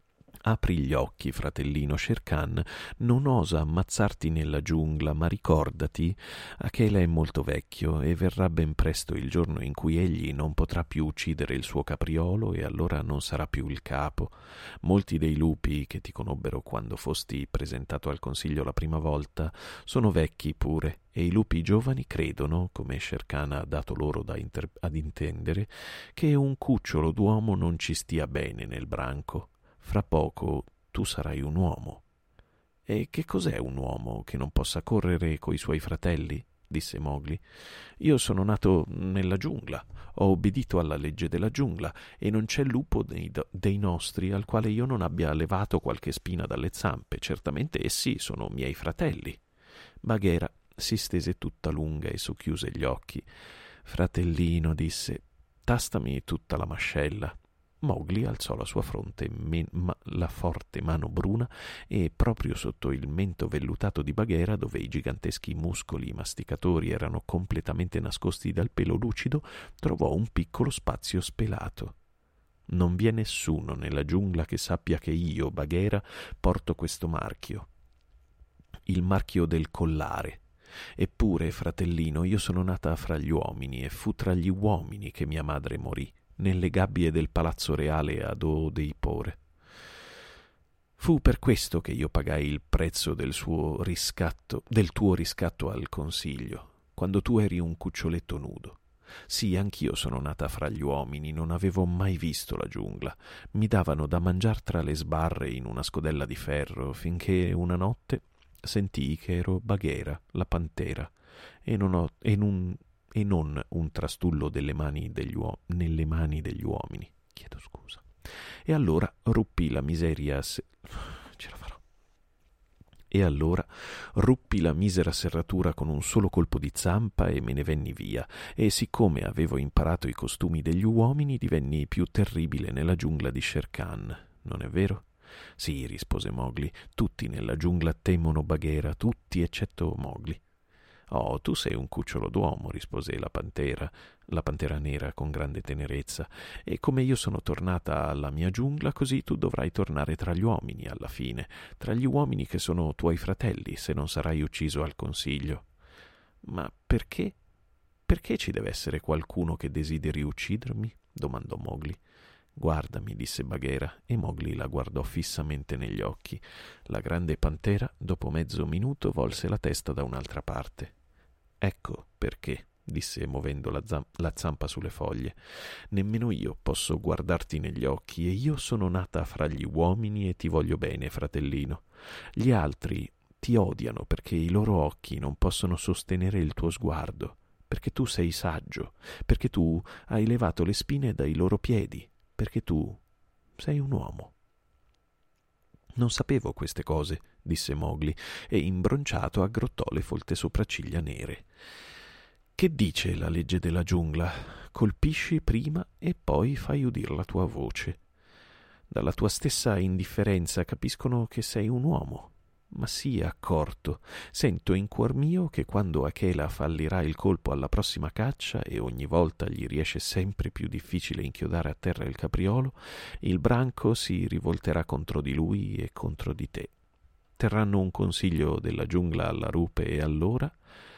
Apri gli occhi, fratellino. Shere Khan non osa ammazzarti nella giungla, ma ricordati, Akela è molto vecchio e verrà ben presto il giorno in cui egli non potrà più uccidere il suo capriolo e allora non sarà più il capo. Molti dei lupi che ti conobbero quando fosti presentato al consiglio la prima volta sono vecchi pure, e i lupi giovani credono, come Shere Khan ha dato loro ad intendere, che un cucciolo d'uomo non ci stia bene nel branco. Fra poco tu sarai un uomo. E che cos'è un uomo che non possa correre coi suoi fratelli? Disse Mowgli. Io sono nato nella giungla, ho obbedito alla legge della giungla e non c'è lupo dei nostri al quale io non abbia levato qualche spina dalle zampe. Certamente essi sono miei fratelli. Bagheera si stese tutta lunga e socchiuse gli occhi. Fratellino, disse, tastami tutta la mascella. Mowgli alzò la sua fronte, la forte mano bruna, e proprio sotto il mento vellutato di Bagheera, dove i giganteschi muscoli masticatori erano completamente nascosti dal pelo lucido, trovò un piccolo spazio spelato. Non vi è nessuno nella giungla che sappia che io, Bagheera, porto questo marchio, il marchio del collare. Eppure, fratellino, io sono nata fra gli uomini e fu tra gli uomini che mia madre morì, nelle gabbie del palazzo reale ad Odeipore. Fu per questo che io pagai il prezzo del tuo riscatto al consiglio, quando tu eri un cuccioletto nudo. Sì, anch'io sono nata fra gli uomini, non avevo mai visto la giungla. Mi davano da mangiar tra le sbarre in una scodella di ferro, finché una notte sentii che ero Bagheera, la pantera, e non un trastullo nelle mani degli uomini. Chiedo scusa. E allora ruppi la misera serratura con un solo colpo di zampa e me ne venni via, e siccome avevo imparato i costumi degli uomini divenni più terribile nella giungla di Shere Khan, non è vero? Sì, rispose Mowgli, tutti nella giungla temono Bagheera, tutti eccetto Mowgli. Oh, tu sei un cucciolo d'uomo, rispose la pantera nera con grande tenerezza, e come io sono tornata alla mia giungla, così tu dovrai tornare tra gli uomini alla fine, tra gli uomini che sono tuoi fratelli, se non sarai ucciso al consiglio. Ma perché? Perché ci deve essere qualcuno che desideri uccidermi? Domandò Mowgli. Guardami, disse Bagheera, e Mowgli la guardò fissamente negli occhi. La grande pantera, dopo mezzo minuto, volse la testa da un'altra parte. Ecco perché, disse muovendo la zampa sulle foglie. Nemmeno io posso guardarti negli occhi, e io sono nata fra gli uomini e ti voglio bene, fratellino. Gli altri ti odiano perché i loro occhi non possono sostenere il tuo sguardo, perché tu sei saggio, perché tu hai levato le spine dai loro piedi, perché tu sei un uomo. Non sapevo queste cose, disse Mowgli, e imbronciato aggrottò le folte sopracciglia nere. Che dice la legge della giungla? Colpisci prima e poi fai udir la tua voce. Dalla tua stessa indifferenza capiscono che sei un uomo. Ma sii accorto, sento in cuor mio che quando Akela fallirà il colpo alla prossima caccia e ogni volta gli riesce sempre più difficile inchiodare a terra il capriolo, il branco si rivolterà contro di lui e contro di te. Terranno un consiglio della giungla alla rupe e allora...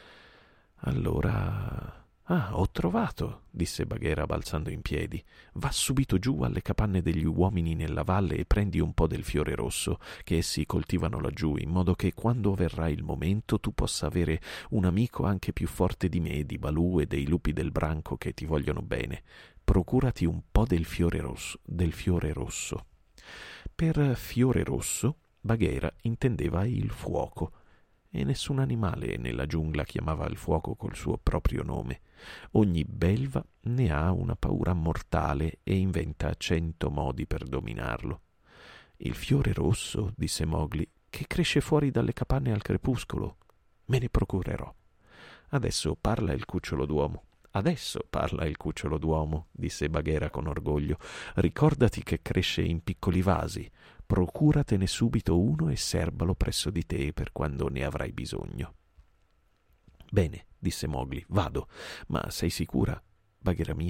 Ah, ho trovato, disse Bagheera balzando in piedi. Va subito giù alle capanne degli uomini nella valle e prendi un po' del fiore rosso che essi coltivano laggiù, in modo che quando verrà il momento tu possa avere un amico anche più forte di me, di Balù e dei lupi del branco che ti vogliono bene. Procurati un po' del fiore rosso. Per fiore rosso Bagheera intendeva il fuoco, e nessun animale nella giungla chiamava il fuoco col suo proprio nome. Ogni belva ne ha una paura mortale e inventa 100 modi per dominarlo. Il fiore rosso, disse Mowgli, che cresce fuori dalle capanne al crepuscolo. Me ne procurerò. Adesso parla il cucciolo d'uomo. Adesso parla il cucciolo d'uomo, disse Bagheera con orgoglio. Ricordati che cresce in piccoli vasi. Procuratene subito uno e serbalo presso di te per quando ne avrai bisogno. Bene, disse Mowgli, vado, ma sei sicura, Bagheera mia?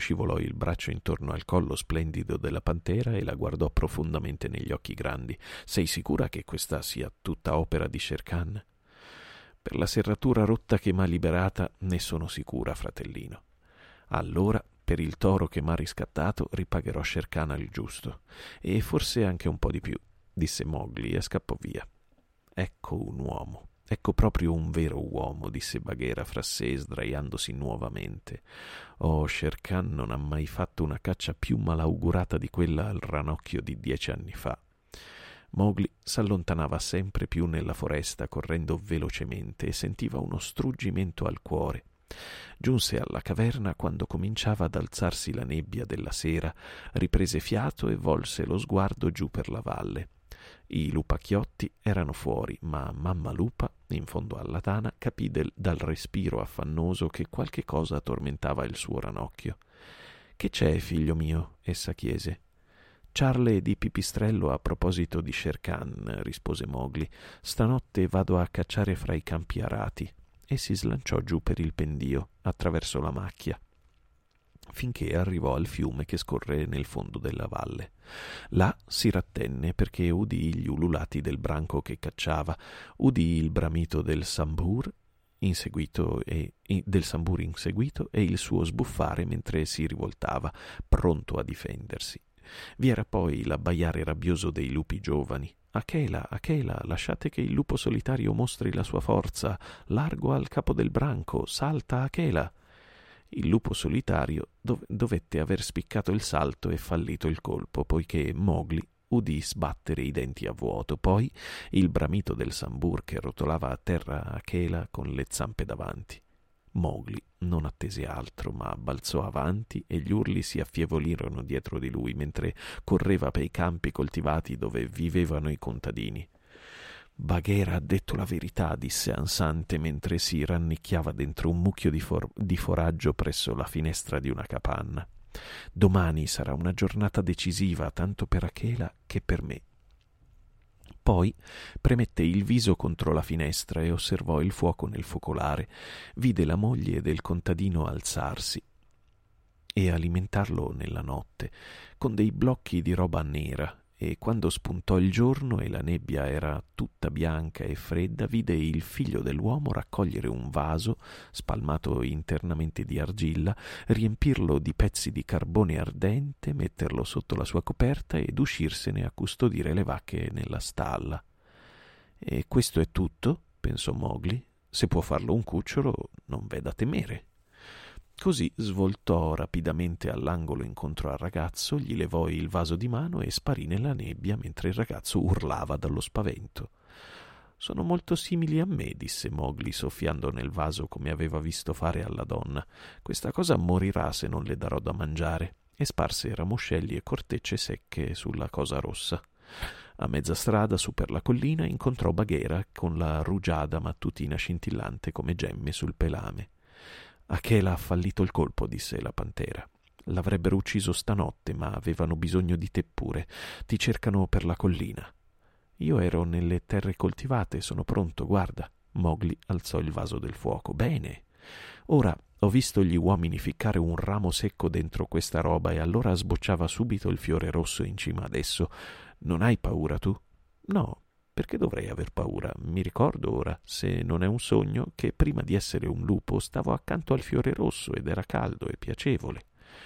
scivolò il braccio intorno al collo splendido della pantera e la guardò profondamente negli occhi grandi. «Sei sicura che questa sia tutta opera di Shere Khan?» «Per la serratura rotta che m'ha liberata ne sono sicura, fratellino. Allora, per il toro che m'ha riscattato, ripagherò Shere Khan al giusto. E forse anche un po' di più», disse Mowgli e scappò via. «Ecco un uomo. Ecco proprio un vero uomo», disse Bagheera fra sé, sdraiandosi nuovamente. «Oh, Shere Khan non ha mai fatto una caccia più malaugurata di quella al ranocchio di 10 anni fa». Mowgli s'allontanava sempre più nella foresta, correndo velocemente, e sentiva uno struggimento al cuore. Giunse alla caverna quando cominciava ad alzarsi la nebbia della sera, riprese fiato e volse lo sguardo giù per la valle. I lupacchiotti erano fuori, ma mamma lupa, in fondo alla tana, capì dal respiro affannoso che qualche cosa tormentava il suo ranocchio. «Che c'è, figlio mio?» essa chiese. «Ciarle di pipistrello a proposito di Shere Khan», rispose Mowgli. «Stanotte vado a cacciare fra i campi arati», e si slanciò giù per il pendio, attraverso la macchia, finché arrivò al fiume che scorre nel fondo della valle. Là si rattenne perché udì gli ululati del branco che cacciava, udì il bramito del Sambur inseguito e il suo sbuffare mentre si rivoltava, pronto a difendersi. Vi era poi l'abbaiare rabbioso dei lupi giovani. «Akela, Akela, lasciate che il lupo solitario mostri la sua forza. Largo al capo del branco, salta Akela!» Il lupo solitario dovette aver spiccato il salto e fallito il colpo, poiché Mowgli udì sbattere i denti a vuoto, poi il bramito del Sambur che rotolava a terra Akela con le zampe davanti. Mowgli non attese altro, ma balzò avanti e gli urli si affievolirono dietro di lui mentre correva per i campi coltivati dove vivevano i contadini. «Bagheera ha detto la verità», disse ansante mentre si rannicchiava dentro un mucchio di foraggio presso la finestra di una capanna. «Domani sarà una giornata decisiva tanto per Akela che per me». Poi premette il viso contro la finestra e osservò il fuoco nel focolare. Vide la moglie del contadino alzarsi e alimentarlo nella notte con dei blocchi di roba nera, e quando spuntò il giorno e la nebbia era tutta bianca e fredda, vide il figlio dell'uomo raccogliere un vaso spalmato internamente di argilla, riempirlo di pezzi di carbone ardente, metterlo sotto la sua coperta ed uscirsene a custodire le vacche nella stalla. «E questo è tutto?» pensò Mowgli. «Se può farlo un cucciolo, non v'è da temere». Così svoltò rapidamente all'angolo incontro al ragazzo, gli levò il vaso di mano e sparì nella nebbia mentre il ragazzo urlava dallo spavento. «Sono molto simili a me», disse Mowgli soffiando nel vaso come aveva visto fare alla donna. «Questa cosa morirà se non le darò da mangiare», e sparse ramoscelli e cortecce secche sulla cosa rossa. A mezza strada su per la collina incontrò Bagheera con la rugiada mattutina scintillante come gemme sul pelame. «Akela ha fallito il colpo», disse la pantera. «L'avrebbero ucciso stanotte, ma avevano bisogno di te pure. Ti cercano per la collina». «Io ero nelle terre coltivate, sono pronto, guarda». Mowgli alzò il vaso del fuoco. «Bene. Ora ho visto gli uomini ficcare un ramo secco dentro questa roba e allora sbocciava subito il fiore rosso in cima ad esso. Non hai paura tu?» «No. Perché dovrei aver paura? Mi ricordo ora, se non è un sogno, che prima di essere un lupo stavo accanto al fiore rosso ed era caldo e piacevole».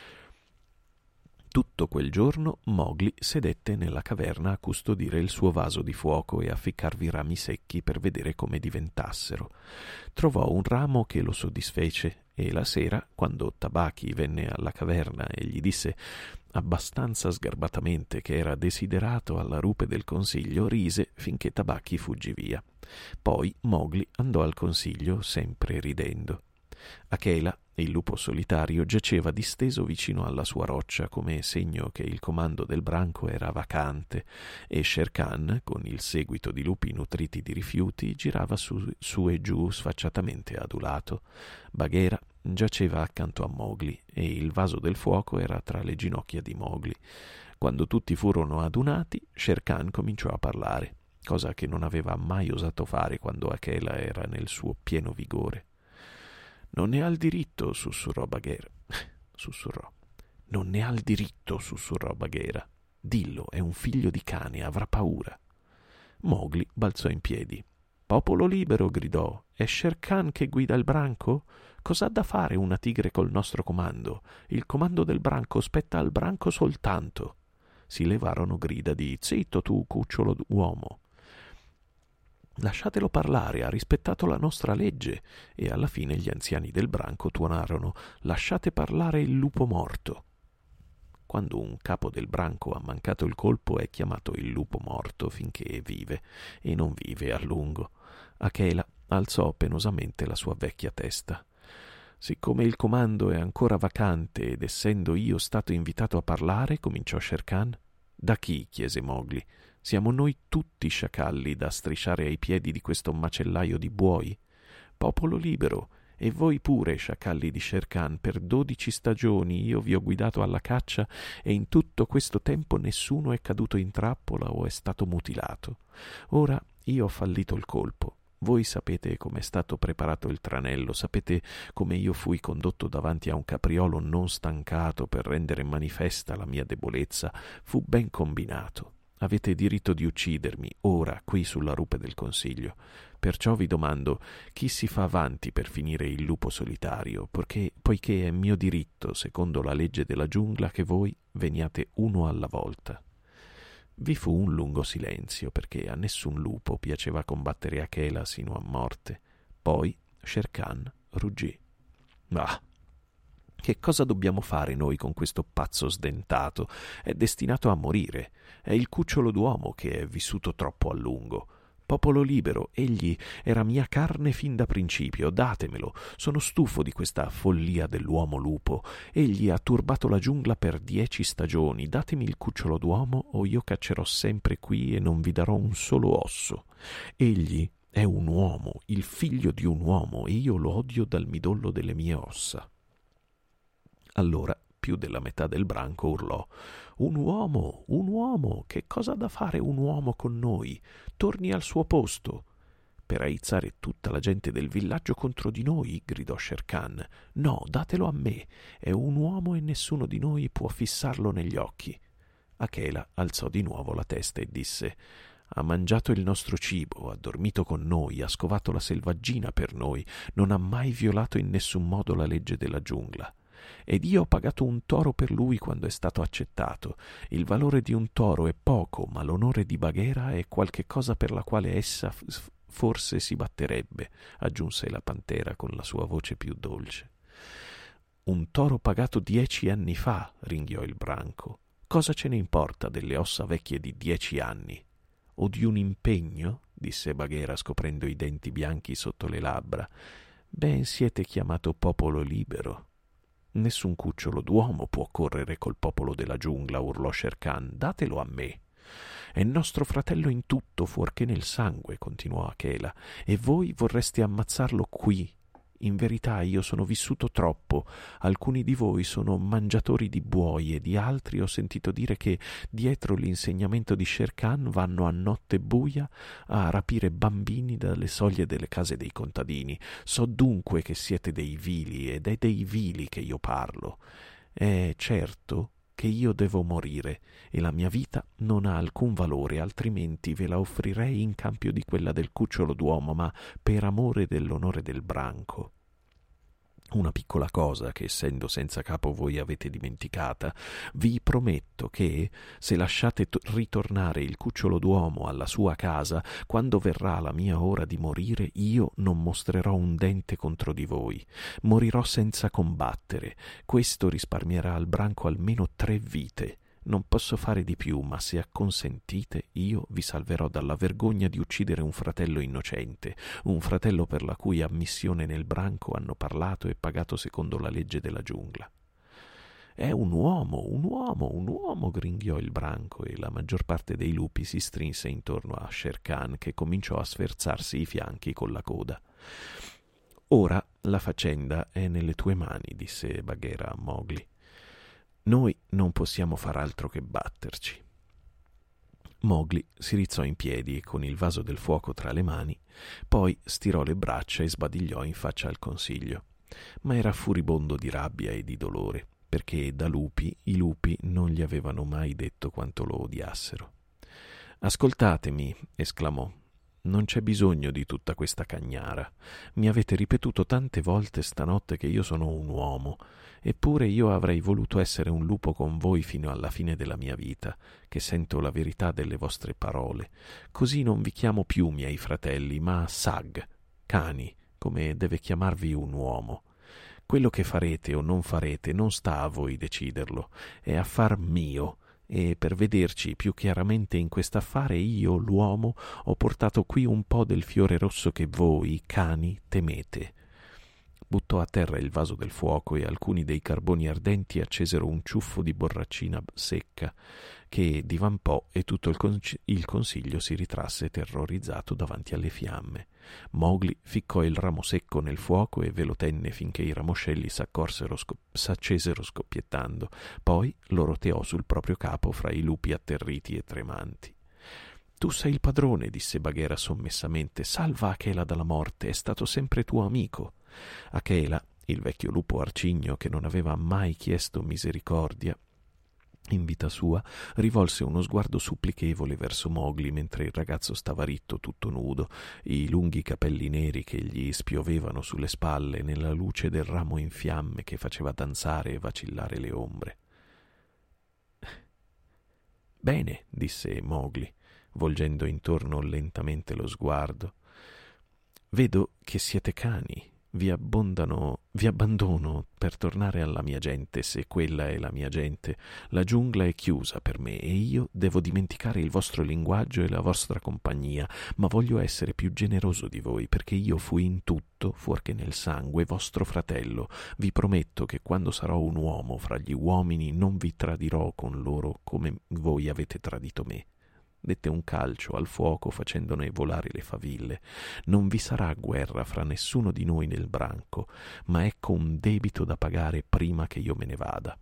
Tutto quel giorno Mowgli sedette nella caverna a custodire il suo vaso di fuoco e a ficcarvi rami secchi per vedere come diventassero. Trovò un ramo che lo soddisfece e la sera, quando Tabaki venne alla caverna e gli disse abbastanza sgarbatamente che era desiderato alla rupe del consiglio, rise finché Tabaki fuggì via. Poi Mowgli andò al consiglio sempre ridendo. Akela, il lupo solitario, giaceva disteso vicino alla sua roccia come segno che il comando del branco era vacante, e Shere Khan, con il seguito di lupi nutriti di rifiuti, girava su e giù sfacciatamente adulato. Bagheera giaceva accanto a Mowgli e il vaso del fuoco era tra le ginocchia di Mowgli. Quando tutti furono adunati, Shere Khan cominciò a parlare, cosa che non aveva mai osato fare quando Akela era nel suo pieno vigore. «Non ne ha il diritto», sussurrò Bagheera. Sussurrò. Non ne ha il diritto, sussurrò Bagheera. Dillo, è un figlio di cane, avrà paura. Mowgli balzò in piedi. Popolo libero, gridò. È Shere Khan che guida il branco? Cos'ha da fare una tigre col nostro comando? Il comando del branco spetta al branco soltanto. Si levarono grida di zitto tu, cucciolo uomo. Lasciatelo parlare, ha rispettato la nostra legge. E alla fine gli anziani del branco tuonarono lasciate parlare il lupo morto. Quando un capo del branco ha mancato il colpo è chiamato il lupo morto finché vive, e non vive a lungo. Akela alzò penosamente la sua vecchia testa. Siccome il comando è ancora vacante ed essendo io stato invitato a parlare, cominciò Shere Khan. Da chi? Chiese Mowgli. Siamo noi tutti sciacalli da strisciare ai piedi di questo macellaio di buoi? Popolo libero, e voi pure, sciacalli di Shere Khan, per 12 stagioni io vi ho guidato alla caccia e in tutto questo tempo nessuno è caduto in trappola o è stato mutilato. Ora io ho fallito il colpo. Voi sapete come è stato preparato il tranello, sapete come io fui condotto davanti a un capriolo non stancato per rendere manifesta la mia debolezza. Fu ben combinato. Avete diritto di uccidermi, ora, qui sulla rupe del Consiglio. Perciò vi domando, chi si fa avanti per finire il lupo solitario, poiché è mio diritto, secondo la legge della giungla, che voi veniate uno alla volta. Vi fu un lungo silenzio, perché a nessun lupo piaceva combattere Akela sino a morte. Poi Shere Khan ruggì. Ah! Che cosa dobbiamo fare noi con questo pazzo sdentato? È destinato a morire. È il cucciolo d'uomo che è vissuto troppo a lungo. Popolo libero, egli era mia carne fin da principio, datemelo. Sono stufo di questa follia dell'uomo lupo. Egli ha turbato la giungla per 10 stagioni. Datemi il cucciolo d'uomo o io caccerò sempre qui e non vi darò un solo osso. Egli è un uomo, il figlio di un uomo, e io lo odio dal midollo delle mie ossa. Allora più della metà del branco urlò: un uomo, che cosa ha da fare un uomo con noi? Torni al suo posto. Per aizzare tutta la gente del villaggio contro di noi, gridò Shere Khan. No, datelo a me, è un uomo e nessuno di noi può fissarlo negli occhi. Akela alzò di nuovo la testa e disse: ha mangiato il nostro cibo, ha dormito con noi, ha scovato la selvaggina per noi, non ha mai violato in nessun modo la legge della giungla. Ed io ho pagato un toro per lui quando è stato accettato. Il valore di un toro è poco, ma l'onore di Bagheera è qualche cosa per la quale essa forse si batterebbe, aggiunse la pantera con la sua voce più dolce. Un toro pagato 10 anni fa, ringhiò il branco. Cosa ce ne importa delle ossa vecchie di 10 anni? O di un impegno? Disse Bagheera scoprendo i denti bianchi sotto le labbra. Ben, siete chiamato popolo libero. Nessun cucciolo d'uomo può correre col popolo della giungla, urlò Shere Khan. Datelo a me. È nostro fratello in tutto, fuorché nel sangue, continuò Akela, e voi vorreste ammazzarlo qui. In verità io sono vissuto troppo. Alcuni di voi sono mangiatori di buoi e di altri ho sentito dire che dietro l'insegnamento di Shere Khan vanno a notte buia a rapire bambini dalle soglie delle case dei contadini. So dunque che siete dei vili ed è dei vili che io parlo. È certo che io devo morire e la mia vita non ha alcun valore, altrimenti ve la offrirei in cambio di quella del cucciolo d'uomo, ma per amore dell'onore del branco. Una piccola cosa che, essendo senza capo, voi avete dimenticata. Vi prometto che, se lasciate ritornare il cucciolo d'uomo alla sua casa, quando verrà la mia ora di morire, io non mostrerò un dente contro di voi. Morirò senza combattere. Questo risparmierà al branco almeno 3 vite. Non posso fare di più, ma se acconsentite io vi salverò dalla vergogna di uccidere un fratello innocente, un fratello per la cui ammissione nel branco hanno parlato e pagato secondo la legge della giungla. È un uomo, gringhiò il branco e la maggior parte dei lupi si strinse intorno a Shere Khan, che cominciò a sferzarsi i fianchi con la coda. Ora la faccenda è nelle tue mani, disse Bagheera a Mowgli. Noi non possiamo far altro che batterci. Mowgli si rizzò in piedi con il vaso del fuoco tra le mani, poi stirò le braccia e sbadigliò in faccia al consiglio. Ma era furibondo di rabbia e di dolore. perché da lupi i lupi non gli avevano mai detto quanto lo odiassero. «Ascoltatemi», esclamò, «non c'è bisogno di tutta questa cagnara. Mi avete ripetuto tante volte stanotte che io sono un uomo, eppure io avrei voluto essere un lupo con voi fino alla fine della mia vita, che sento la verità delle vostre parole. Così non vi chiamo più miei fratelli, ma sag, cani, come deve chiamarvi un uomo. Quello che farete o non farete non sta a voi deciderlo, è affar mio, e per vederci più chiaramente in quest'affare io, l'uomo, ho portato qui un po' del fiore rosso che voi, cani, temete». Buttò a terra il vaso del fuoco e alcuni dei carboni ardenti accesero un ciuffo di borraccina secca che divampò e tutto il consiglio si ritrasse terrorizzato davanti alle fiamme. Mowgli ficcò il ramo secco nel fuoco e ve lo tenne finché i ramoscelli s'accesero scoppiettando, poi lo roteò sul proprio capo fra i lupi atterriti e tremanti. «Tu sei il padrone», disse Bagheera sommessamente. «Salva Akela dalla morte, è stato sempre tuo amico». Akela, il vecchio lupo arcigno che non aveva mai chiesto misericordia in vita sua, rivolse uno sguardo supplichevole verso Mowgli mentre il ragazzo stava ritto tutto nudo, i lunghi capelli neri che gli spiovevano sulle spalle nella luce del ramo in fiamme che faceva danzare e vacillare le ombre. «Bene», disse Mowgli, volgendo intorno lentamente lo sguardo. «Vedo che siete cani. Vi abbandono per tornare alla mia gente, se quella è la mia gente. La giungla è chiusa per me e io devo dimenticare il vostro linguaggio e la vostra compagnia, ma voglio essere più generoso di voi, perché io fui in tutto, fuorché nel sangue, vostro fratello. Vi prometto che quando sarò un uomo fra gli uomini non vi tradirò con loro come voi avete tradito me». Dette un calcio al fuoco facendone volare le faville. «Non vi sarà guerra fra nessuno di noi nel branco, ma ecco un debito da pagare prima che io me ne vada».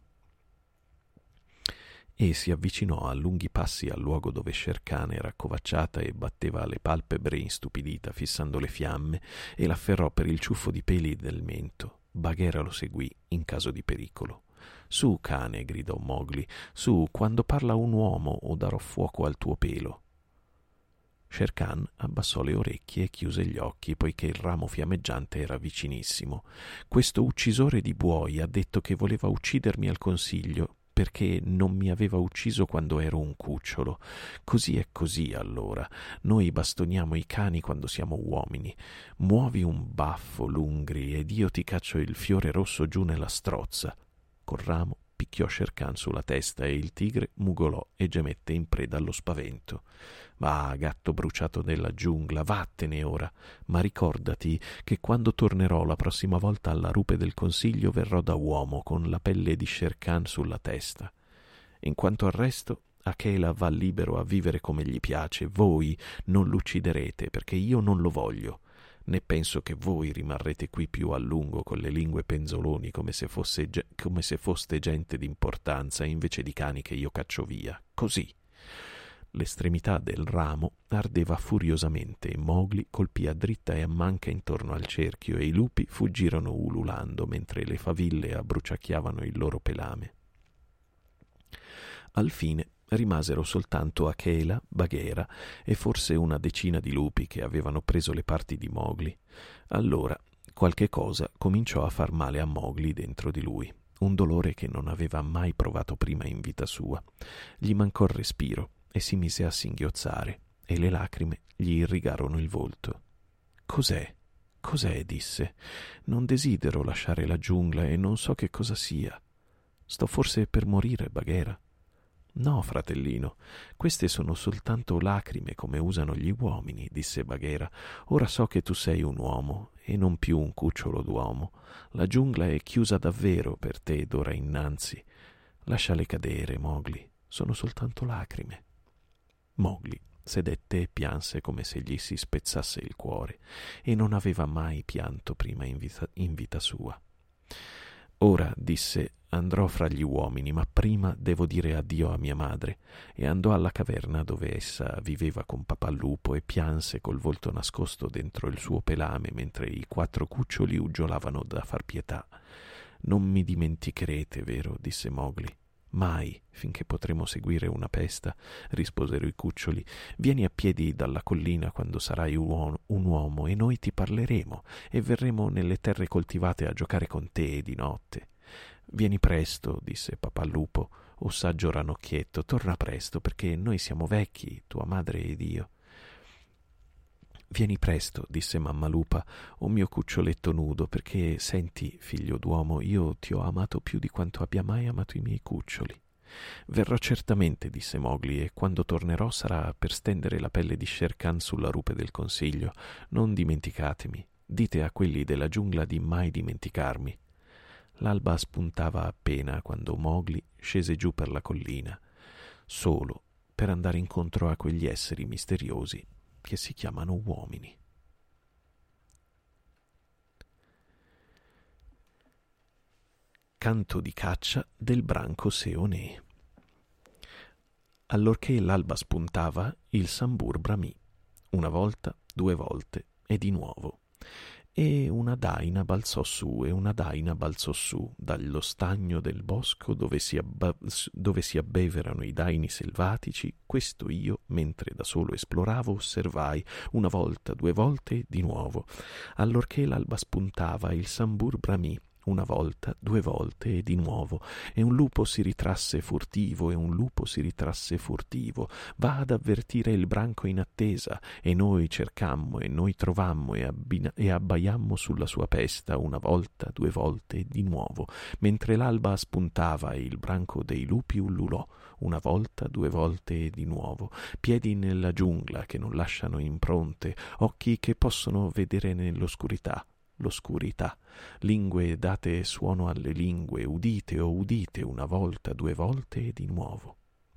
E si avvicinò a lunghi passi al luogo dove Shere Khan era accovacciata e batteva le palpebre istupidita fissando le fiamme, e l'afferrò per il ciuffo di peli del mento. Bagheera lo seguì in caso di pericolo. «Su, cane», gridò Mowgli, «su, quando parla un uomo o darò fuoco al tuo pelo». Shere Khan abbassò le orecchie e chiuse gli occhi, poiché il ramo fiammeggiante era vicinissimo. «Questo uccisore di buoi ha detto che voleva uccidermi al consiglio, perché non mi aveva ucciso quando ero un cucciolo. Così è così, allora. Noi bastoniamo i cani quando siamo uomini. Muovi un baffo, Lungri, ed io ti caccio il fiore rosso giù nella strozza». Col ramo picchiò Shere Khan sulla testa e il tigre mugolò e gemette in preda allo spavento. «Va, gatto bruciato della giungla, vattene ora, ma ricordati che quando tornerò la prossima volta alla rupe del consiglio verrò da uomo con la pelle di Shere Khan sulla testa. In quanto al resto, Akela va libero a vivere come gli piace. Voi non l'ucciderete perché io non lo voglio. Né penso che voi rimarrete qui più a lungo con le lingue penzoloni come se foste gente d'importanza invece di cani che io caccio via. Così». L'estremità del ramo ardeva furiosamente e Mowgli colpì a dritta e a manca intorno al cerchio e i lupi fuggirono ululando mentre le faville abbruciacchiavano il loro pelame. Al fine rimasero soltanto Akela, Bagheera e forse una decina di lupi che avevano preso le parti di Mowgli. Allora qualche cosa cominciò a far male a Mowgli dentro di lui, un dolore che non aveva mai provato prima in vita sua. Gli mancò il respiro e si mise a singhiozzare e le lacrime gli irrigarono il volto. «Cos'è? Cos'è?» disse. «Non desidero lasciare la giungla e non so che cosa sia. Sto forse per morire, Bagheera?» «No, fratellino, queste sono soltanto lacrime come usano gli uomini», disse Bagheera. «Ora so che tu sei un uomo e non più un cucciolo d'uomo. La giungla è chiusa davvero per te d'ora innanzi. Lasciale cadere, Mowgli, sono soltanto lacrime». Mowgli sedette e pianse come se gli si spezzasse il cuore, e non aveva mai pianto prima in vita sua. «Ora», disse, «andrò fra gli uomini, ma prima devo dire addio a mia madre», e andò alla caverna dove essa viveva con papà lupo e pianse col volto nascosto dentro il suo pelame mentre i 4 cuccioli uggiolavano da far pietà. Non mi dimenticherete, vero? Disse Mowgli. Mai, finché potremo seguire una pesta, risposero i cuccioli. Vieni a piedi dalla collina quando sarai un uomo e noi ti parleremo e verremo nelle terre coltivate a giocare con te di notte. Vieni presto, disse Papà Lupo, o saggio ranocchietto, torna presto perché noi siamo vecchi, tua madre ed io. Vieni presto, disse Mamma Lupa, o mio cuccioletto nudo, perché, senti, figlio d'uomo, io ti ho amato più di quanto abbia mai amato i miei cuccioli. Verrò certamente, disse Mowgli, e quando tornerò sarà per stendere la pelle di Shere Khan sulla rupe del consiglio. Non dimenticatemi. Dite a quelli della giungla di mai dimenticarmi. L'alba spuntava appena quando Mowgli scese giù per la collina, solo per andare incontro a quegli esseri misteriosi che si chiamano uomini. Canto di caccia del branco Seonè. Allorché l'alba spuntava, il Sambur bramì, una volta, 2 volte e di nuovo. E una daina balzò su e una daina balzò su dallo stagno del bosco dove si abbeverano i daini selvatici. Questo io, mentre da solo esploravo, osservai una volta, 2 volte e di nuovo. Allorché l'alba spuntava, il Sambur bramì, una volta, 2 volte e di nuovo, e un lupo si ritrasse furtivo, e un lupo si ritrasse furtivo. Va ad avvertire il branco in attesa, e noi cercammo, e noi trovammo, e abbaiammo sulla sua pesta, una volta, 2 volte e di nuovo, mentre l'alba spuntava e il branco dei lupi ullulò, una volta, 2 volte e di nuovo. Piedi nella giungla che non lasciano impronte, occhi che possono vedere nell'oscurità. L'oscurità, lingue date suono alle lingue, udite o udite una volta, 2 volte e di nuovo.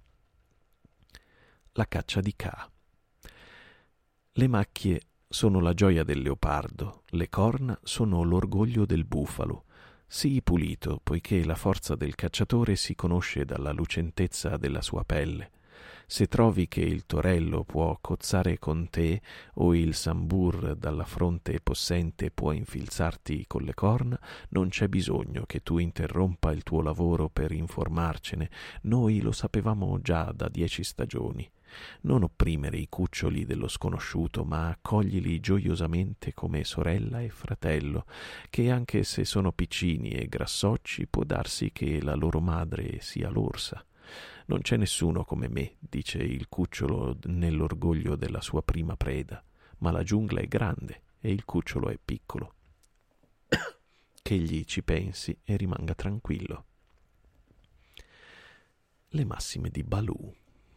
La caccia di Kaa. Le macchie sono la gioia del leopardo, le corna sono l'orgoglio del bufalo. Sii pulito, poiché la forza del cacciatore si conosce dalla lucentezza della sua pelle. Se trovi che il torello può cozzare con te o il Sambur dalla fronte possente può infilzarti con le corna, non c'è bisogno che tu interrompa il tuo lavoro per informarcene. Noi lo sapevamo già da 10 stagioni. Non opprimere i cuccioli dello sconosciuto, ma accoglili gioiosamente come sorella e fratello, che anche se sono piccini e grassocci può darsi che la loro madre sia l'orsa. Non c'è nessuno come me, dice il cucciolo nell'orgoglio della sua prima preda, ma la giungla è grande e il cucciolo è piccolo. Ch'egli ci pensi e rimanga tranquillo. Le massime di Baloo.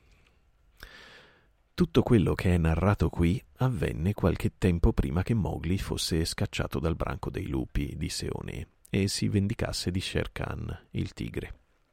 Tutto quello che è narrato qui avvenne qualche tempo prima che Mowgli fosse scacciato dal branco dei lupi di Seonè e si vendicasse di Shere Khan, il tigre.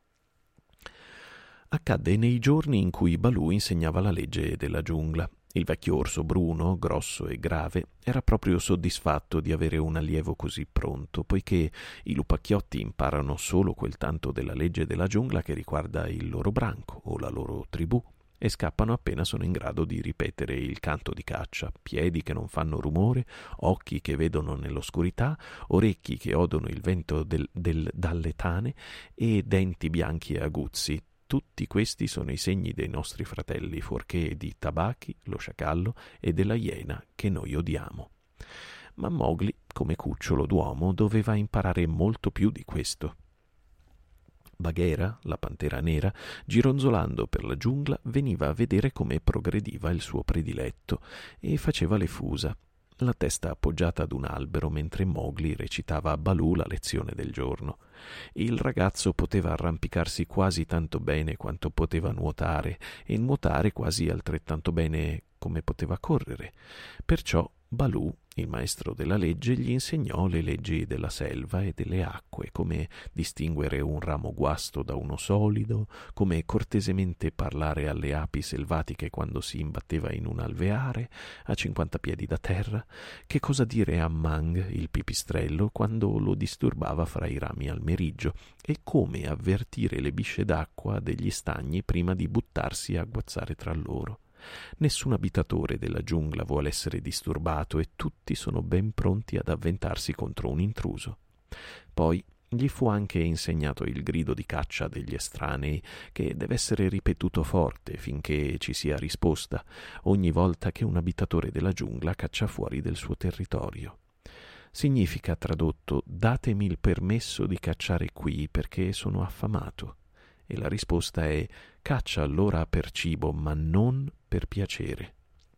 Accadde nei giorni in cui Baloo insegnava la legge della giungla. Il vecchio orso bruno, grosso e grave, era proprio soddisfatto di avere un allievo così pronto, poiché i lupacchiotti imparano solo quel tanto della legge della giungla che riguarda il loro branco o la loro tribù, e scappano appena sono in grado di ripetere il canto di caccia, piedi che non fanno rumore, occhi che vedono nell'oscurità, orecchi che odono il vento dalle tane e denti bianchi e aguzzi. Tutti questi sono i segni dei nostri fratelli, fuorché di Tabaki, lo sciacallo, e della iena che noi odiamo. Ma Mowgli, come cucciolo d'uomo, doveva imparare molto più di questo. Bagheera, la pantera nera, gironzolando per la giungla, veniva a vedere come progrediva il suo prediletto e faceva le fusa, la testa appoggiata ad un albero mentre Mowgli recitava a Baloo la lezione del giorno. Il ragazzo poteva arrampicarsi quasi tanto bene quanto poteva nuotare e nuotare quasi altrettanto bene come poteva correre. Perciò Baloo, il maestro della legge, gli insegnò le leggi della selva e delle acque, come distinguere un ramo guasto da uno solido, come cortesemente parlare alle api selvatiche quando si imbatteva in un alveare a 50 piedi da terra, che cosa dire a Mang, il pipistrello, quando lo disturbava fra i rami al meriggio, e come avvertire le bisce d'acqua degli stagni prima di buttarsi a guazzare tra loro. Nessun abitatore della giungla vuole essere disturbato e tutti sono ben pronti ad avventarsi contro un intruso. Poi Gli fu anche insegnato il grido di caccia degli estranei, che deve essere ripetuto forte finché ci sia risposta, ogni volta che un abitatore della giungla caccia fuori del suo territorio. Significa, tradotto, datemi il permesso di cacciare qui perché sono affamato. E la risposta è: caccia allora per cibo, ma non per piacere.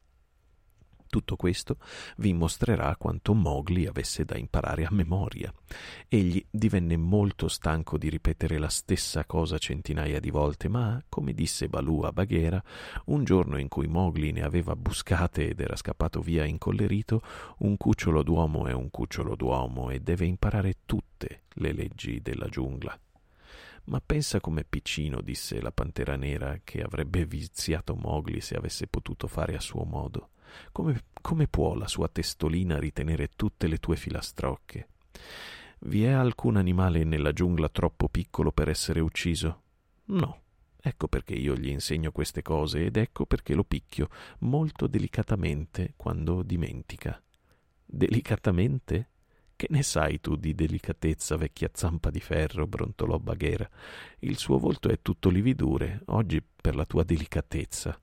Tutto questo vi mostrerà quanto Mowgli avesse da imparare a memoria. Egli divenne molto stanco di ripetere la stessa cosa centinaia di volte, ma, come disse Baloo a Bagheera, un giorno in cui Mowgli ne aveva buscate ed era scappato via incollerito, un cucciolo d'uomo è un cucciolo d'uomo e deve imparare tutte le leggi della giungla. Ma pensa com'è piccino, disse la Pantera Nera, che avrebbe viziato Mowgli se avesse potuto fare a suo modo. Come può la sua testolina ritenere tutte le tue filastrocche? Vi è alcun animale nella giungla troppo piccolo per essere ucciso? No. Ecco perché io gli insegno queste cose ed ecco perché lo picchio molto delicatamente quando dimentica. Delicatamente? Che ne sai tu di delicatezza, vecchia zampa di ferro? Brontolò Bagheera. Il suo volto è tutto lividure, oggi per la tua delicatezza.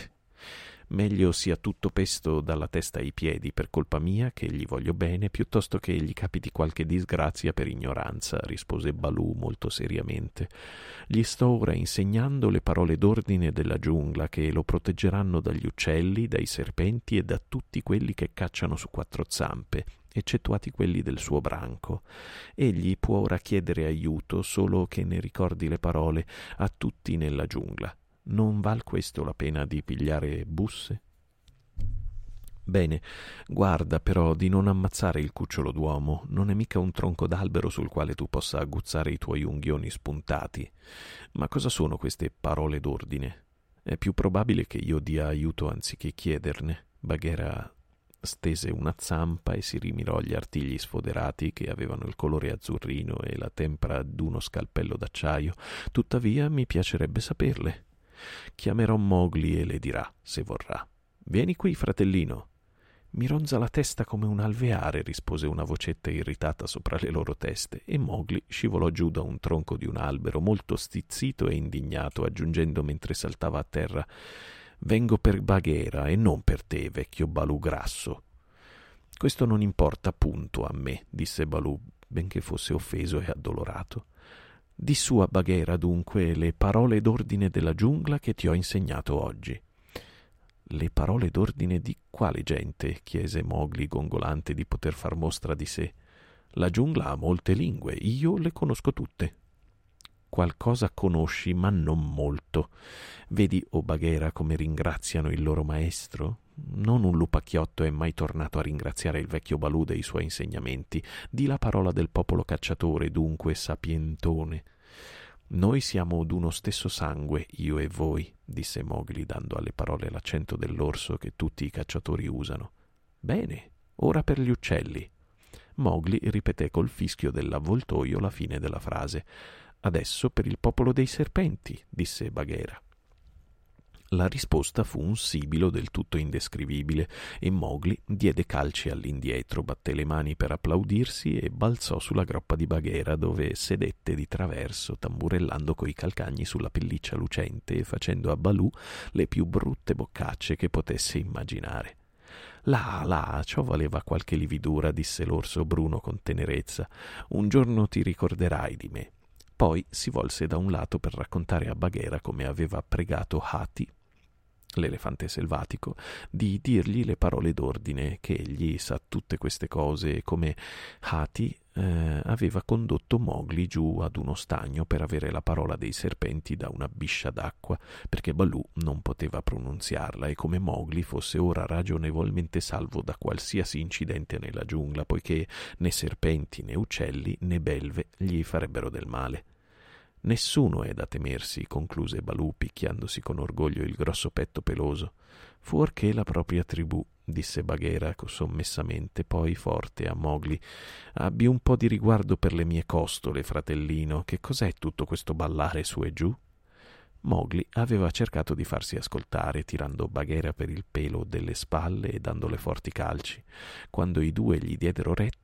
Meglio sia tutto pesto dalla testa ai piedi per colpa mia, che gli voglio bene, piuttosto che gli capiti qualche disgrazia per ignoranza, rispose Baloo molto seriamente. Gli sto ora insegnando le parole d'ordine della giungla che lo proteggeranno dagli uccelli, dai serpenti e da tutti quelli che cacciano su quattro zampe, eccettuati quelli del suo branco. Egli può ora chiedere aiuto, solo che ne ricordi le parole, a tutti nella giungla. Non val questo la pena di pigliare busse? Bene, guarda però di non ammazzare il cucciolo d'uomo, non è mica un tronco d'albero sul quale tu possa aguzzare i tuoi unghioni spuntati. Ma cosa sono queste parole d'ordine? È più probabile che io dia aiuto anziché chiederne. Bagheera stese una zampa e si rimirò gli artigli sfoderati che avevano il colore azzurrino e la tempra d'uno scalpello d'acciaio. Tuttavia mi piacerebbe saperle. Chiamerò Mowgli e le dirà, se vorrà. Vieni qui, fratellino. Mi ronza la testa come un alveare, rispose una vocetta irritata sopra le loro teste, e Mowgli scivolò giù da un tronco di un albero, molto stizzito e indignato, aggiungendo mentre saltava a terra: vengo per Bagheera e non per te, vecchio Baloo grasso. Questo non importa punto a me, disse Baloo, benché fosse offeso e addolorato. Di su a Bagheera, dunque, le parole d'ordine della giungla che ti ho insegnato oggi. Le parole d'ordine di quale gente? Chiese Mowgli, gongolante di poter far mostra di sé. La giungla ha molte lingue, io le conosco tutte. Qualcosa conosci, ma non molto. Vedi, o Bagheera, come ringraziano il loro maestro? Non un lupacchiotto è mai tornato a ringraziare il vecchio Baloo dei suoi insegnamenti. Di la parola del popolo cacciatore, dunque, sapientone. Noi siamo d'uno stesso sangue, io e voi, disse Mowgli, dando alle parole l'accento dell'orso che tutti i cacciatori usano. Bene, ora per gli uccelli. Mowgli ripeté col fischio dell'avvoltoio la fine della frase. Adesso per il popolo dei serpenti, disse Bagheera. La risposta fu un sibilo del tutto indescrivibile e Mowgli diede calci all'indietro, batté le mani per applaudirsi e balzò sulla groppa di Bagheera, dove sedette di traverso, tamburellando coi calcagni sulla pelliccia lucente e facendo a Baloo le più brutte boccacce che potesse immaginare. Là, ciò valeva qualche lividura, disse l'orso bruno con tenerezza. Un giorno ti ricorderai di me. Poi si volse da un lato per raccontare a Bagheera come aveva pregato Hati, l'elefante selvatico, di dirgli le parole d'ordine, che egli sa tutte queste cose, e come Hati aveva condotto Mowgli giù ad uno stagno per avere la parola dei serpenti da una biscia d'acqua, perché Baloo non poteva pronunziarla, e come Mowgli fosse ora ragionevolmente salvo da qualsiasi incidente nella giungla, poiché né serpenti né uccelli né belve gli farebbero del male. Nessuno è da temersi, concluse Baloo picchiandosi con orgoglio il grosso petto peloso, fuorché la propria tribù, disse Bagheera sommessamente, poi forte a Mowgli. Abbi un po' di riguardo per le mie costole, fratellino. Che cos'è tutto questo ballare su e giù? Mowgli aveva cercato di farsi ascoltare, tirando Bagheera per il pelo delle spalle e dandole forti calci. Quando i due gli diedero retta,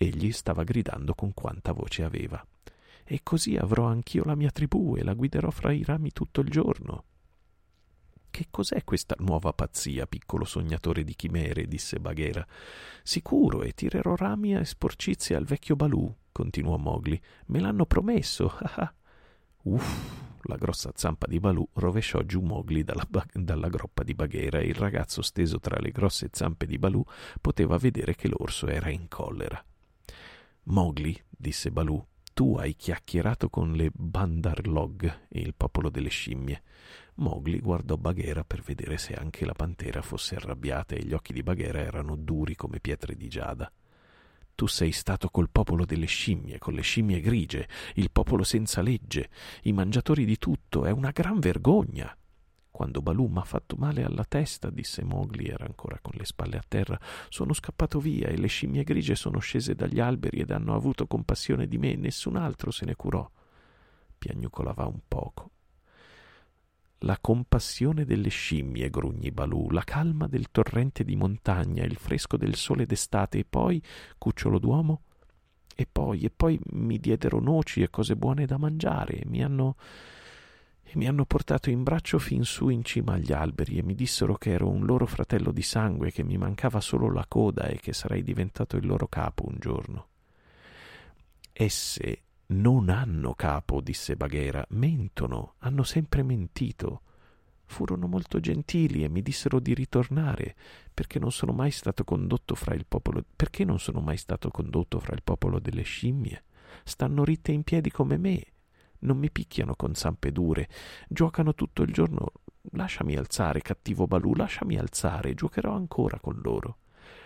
Egli stava gridando con quanta voce aveva. «E così avrò anch'io la mia tribù e la guiderò fra i rami tutto il giorno». «Che cos'è questa nuova pazzia, piccolo sognatore di chimere?» disse Bagheera. «Sicuro, e tirerò rami e sporcizie al vecchio Balù», continuò Mowgli. «Me l'hanno promesso, ah ah». Uff! La grossa zampa di Balù rovesciò giù Mowgli dalla groppa di Bagheera e il ragazzo, steso tra le grosse zampe di Balù, poteva vedere che l'orso era in collera. «Mowgli», disse Balù, «tu hai chiacchierato con le Bandar-log, il popolo delle scimmie». Mowgli guardò Bagheera per vedere se anche la pantera fosse arrabbiata e gli occhi di Bagheera erano duri come pietre di giada. «Tu sei stato col popolo delle scimmie, con le scimmie grigie, il popolo senza legge, i mangiatori di tutto, è una gran vergogna». «Quando Balù m'ha fatto male alla testa», disse Mowgli, era ancora con le spalle a terra, «sono scappato via e le scimmie grigie sono scese dagli alberi ed hanno avuto compassione di me, nessun altro se ne curò». Piagnucolava un poco. «La compassione delle scimmie», grugnì Balù, «la calma del torrente di montagna, il fresco del sole d'estate e poi, cucciolo d'uomo? E poi mi diedero noci e cose buone da mangiare e mi hanno portato in braccio fin su in cima agli alberi e mi dissero che ero un loro fratello di sangue, che mi mancava solo la coda e che sarei diventato il loro capo un giorno». «Esse non hanno capo», disse Bagheera, «mentono, hanno sempre mentito. Furono molto gentili e mi dissero di ritornare, perché non sono mai stato condotto fra il popolo delle scimmie. Stanno ritte in piedi come me, non mi picchiano con zampe dure, giocano tutto il giorno. Lasciami alzare, cattivo Balù, lasciami alzare, giocherò ancora con loro».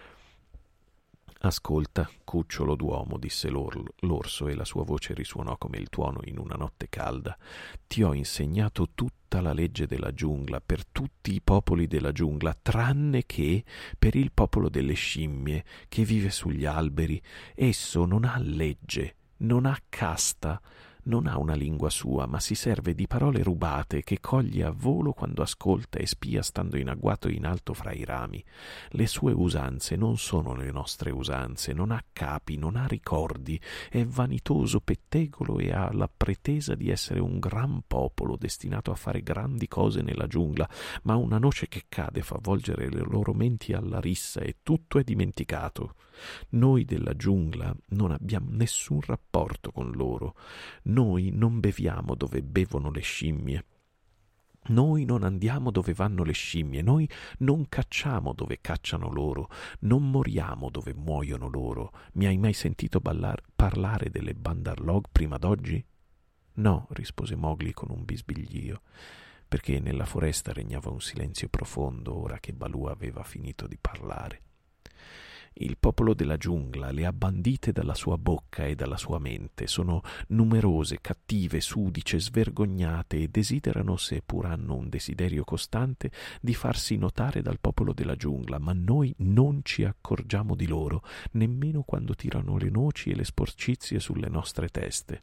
«Ascolta, cucciolo d'uomo», disse l'orso, e la sua voce risuonò come il tuono in una notte calda. «Ti ho insegnato tutta la legge della giungla per tutti i popoli della giungla, tranne che per il popolo delle scimmie che vive sugli alberi. Esso non ha legge, non ha casta, non ha una lingua sua, ma si serve di parole rubate che coglie a volo quando ascolta e spia stando in agguato in alto fra i rami. Le sue usanze non sono le nostre usanze, non ha capi, non ha ricordi, è vanitoso, pettegolo e ha la pretesa di essere un gran popolo destinato a fare grandi cose nella giungla, ma una noce che cade fa volgere le loro menti alla rissa e tutto è dimenticato. Noi della giungla non abbiamo nessun rapporto con loro. Noi non beviamo dove bevono le scimmie. Noi non andiamo dove vanno le scimmie. Noi non cacciamo dove cacciano loro. Non moriamo dove muoiono loro. Mi hai mai sentito parlare delle Bandar-log prima d'oggi?» «No», rispose Mowgli con un bisbiglio, perché nella foresta regnava un silenzio profondo ora che Balù aveva finito di parlare. «Il popolo della giungla le ha bandite dalla sua bocca e dalla sua mente. Sono numerose, cattive, sudice, svergognate e desiderano, se pur hanno un desiderio costante, di farsi notare dal popolo della giungla, ma noi non ci accorgiamo di loro, nemmeno quando tirano le noci e le sporcizie sulle nostre teste».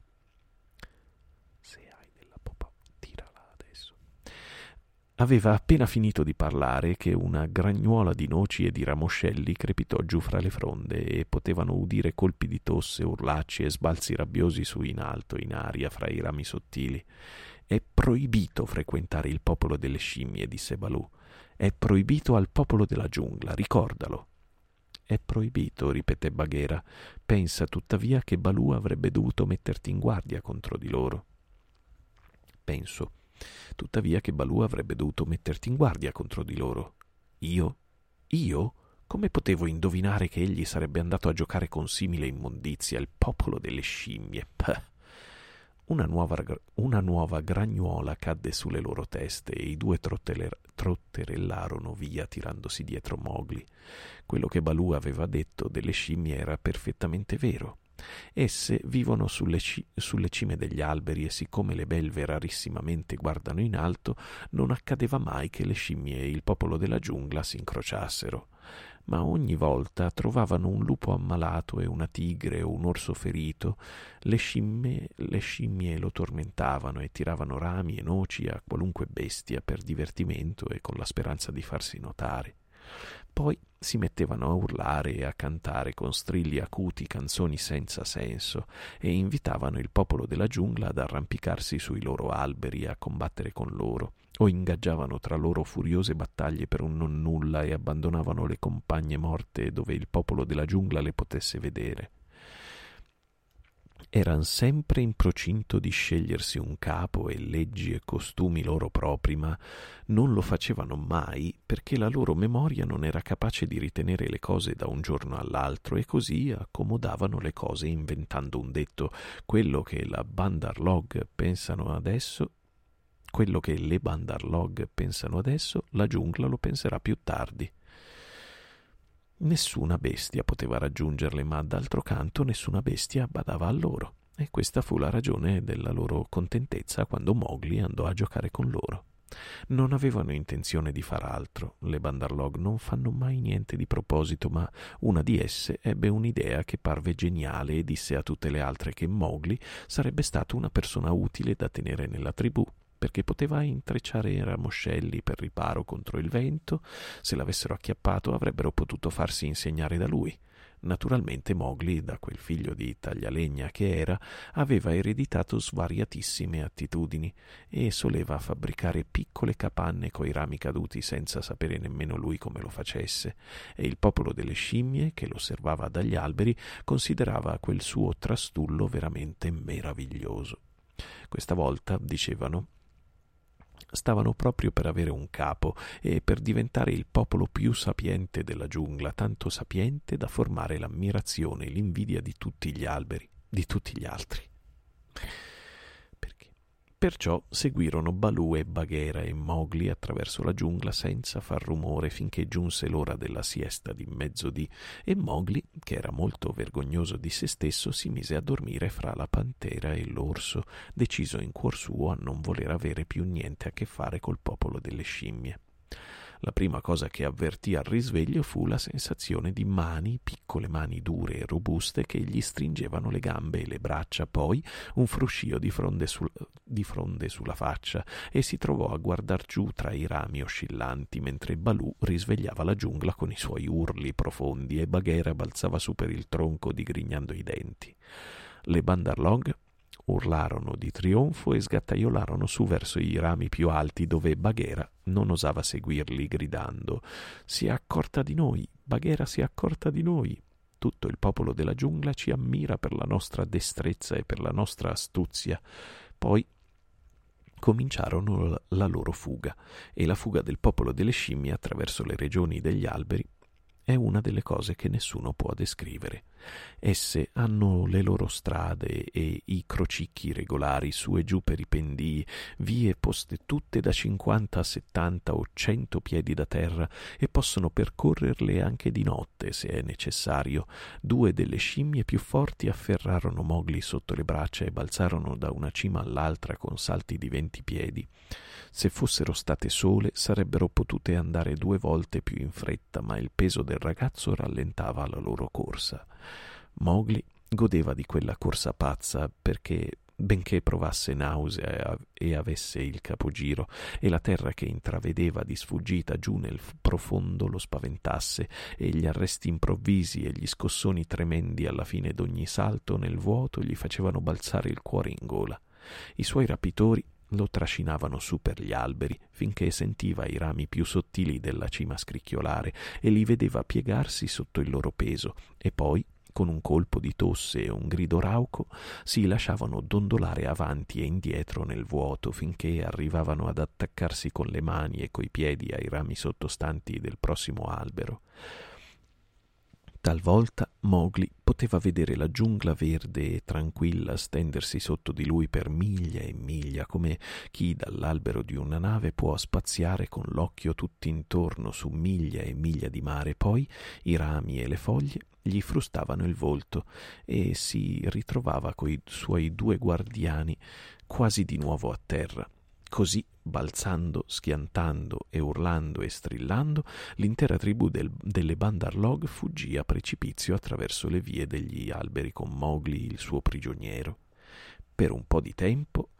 Aveva appena finito di parlare che una gragnuola di noci e di ramoscelli crepitò giù fra le fronde e potevano udire colpi di tosse, urlacci e sbalzi rabbiosi su in alto, in aria, fra i rami sottili. «È proibito frequentare il popolo delle scimmie», disse Balù. «È proibito al popolo della giungla, ricordalo». «È proibito», ripeté Bagheera. «Pensa tuttavia che Balù avrebbe dovuto metterti in guardia contro di loro». «Penso tuttavia che Balù avrebbe dovuto metterti in guardia contro di loro». «Io? Io? Come potevo indovinare che egli sarebbe andato a giocare con simile immondizia, il popolo delle scimmie? Pah!» Una nuova gragnuola cadde sulle loro teste e i due trotterellarono via tirandosi dietro Mowgli. Quello che Balù aveva detto delle scimmie era perfettamente vero. Esse vivono sulle cime degli alberi e siccome le belve rarissimamente guardano in alto, non accadeva mai che le scimmie e il popolo della giungla si incrociassero. Ma ogni volta trovavano un lupo ammalato e una tigre o un orso ferito. Le scimmie lo tormentavano e tiravano rami e noci a qualunque bestia per divertimento e con la speranza di farsi notare. Poi si mettevano a urlare e a cantare con strilli acuti canzoni senza senso e invitavano il popolo della giungla ad arrampicarsi sui loro alberi e a combattere con loro, o ingaggiavano tra loro furiose battaglie per un nonnulla e abbandonavano le compagne morte dove il popolo della giungla le potesse vedere. Eran sempre in procinto di scegliersi un capo e leggi e costumi loro propri, ma non lo facevano mai perché la loro memoria non era capace di ritenere le cose da un giorno all'altro, e così accomodavano le cose inventando un detto: quello che le Bandarlog pensano adesso, la giungla lo penserà più tardi. Nessuna bestia poteva raggiungerle, ma d'altro canto nessuna bestia badava a loro, e questa fu la ragione della loro contentezza quando Mowgli andò a giocare con loro. Non avevano intenzione di far altro. Le Bandarlog non fanno mai niente di proposito, ma una di esse ebbe un'idea che parve geniale e disse a tutte le altre che Mowgli sarebbe stato una persona utile da tenere nella tribù, perché poteva intrecciare i ramoscelli per riparo contro il vento. Se l'avessero acchiappato avrebbero potuto farsi insegnare da lui. Naturalmente Mowgli, da quel figlio di taglialegna che era, aveva ereditato svariatissime attitudini e soleva fabbricare piccole capanne coi rami caduti senza sapere nemmeno lui come lo facesse, e il popolo delle scimmie, che lo osservava dagli alberi, considerava quel suo trastullo veramente meraviglioso. Questa volta, dicevano, stavano proprio per avere un capo e per diventare il popolo più sapiente della giungla, tanto sapiente da formare l'ammirazione e l'invidia di tutti gli alberi, di tutti gli altri. Perciò seguirono Baloo e Bagheera e Mowgli attraverso la giungla senza far rumore finché giunse l'ora della siesta di mezzodì, e Mowgli, che era molto vergognoso di se stesso, si mise a dormire fra la pantera e l'orso, deciso in cuor suo a non voler avere più niente a che fare col popolo delle scimmie. La prima cosa che avvertì al risveglio fu la sensazione di mani, piccole mani dure e robuste, che gli stringevano le gambe e le braccia, poi un fruscio di fronde sulla faccia, e si trovò a guardar giù tra i rami oscillanti mentre Baloo risvegliava la giungla con i suoi urli profondi e Bagheera balzava su per il tronco digrignando i denti. Le Bandarlog urlarono di trionfo e sgattaiolarono su verso i rami più alti, dove Bagheera non osava seguirli, gridando: «Si è accorta di noi! Bagheera si è accorta di noi! Tutto il popolo della giungla ci ammira per la nostra destrezza e per la nostra astuzia!» Poi cominciarono la loro fuga, e la fuga del popolo delle scimmie attraverso le regioni degli alberi è una delle cose che nessuno può descrivere. Esse hanno le loro strade e i crocicchi regolari su e giù per i pendii, vie poste tutte da 50 a 70 o 100 piedi da terra, e possono percorrerle anche di notte se è necessario. Due delle scimmie più forti afferrarono Mowgli sotto le braccia e balzarono da una cima all'altra con salti di 20 piedi. Se fossero state sole sarebbero potute andare 2 volte più in fretta, ma il peso del ragazzo rallentava la loro corsa. Mowgli godeva di quella corsa pazza perché, benché provasse nausea e avesse il capogiro, e la terra che intravedeva di sfuggita giù nel profondo lo spaventasse, e gli arresti improvvisi e gli scossoni tremendi alla fine d'ogni salto nel vuoto gli facevano balzare il cuore in gola. I suoi rapitori lo trascinavano su per gli alberi finché sentiva i rami più sottili della cima scricchiolare e li vedeva piegarsi sotto il loro peso, e poi, con un colpo di tosse e un grido rauco, si lasciavano dondolare avanti e indietro nel vuoto finché arrivavano ad attaccarsi con le mani e coi piedi ai rami sottostanti del prossimo albero. Talvolta Mowgli poteva vedere la giungla verde e tranquilla stendersi sotto di lui per miglia e miglia, come chi dall'albero di una nave può spaziare con l'occhio tutt'intorno su miglia e miglia di mare. Poi i rami e le foglie gli frustavano il volto e si ritrovava coi suoi 2 guardiani quasi di nuovo a terra. Così, balzando, schiantando e urlando e strillando, l'intera tribù delle Bandarlog fuggì a precipizio attraverso le vie degli alberi con Mowgli il suo prigioniero. Per un po' di tempo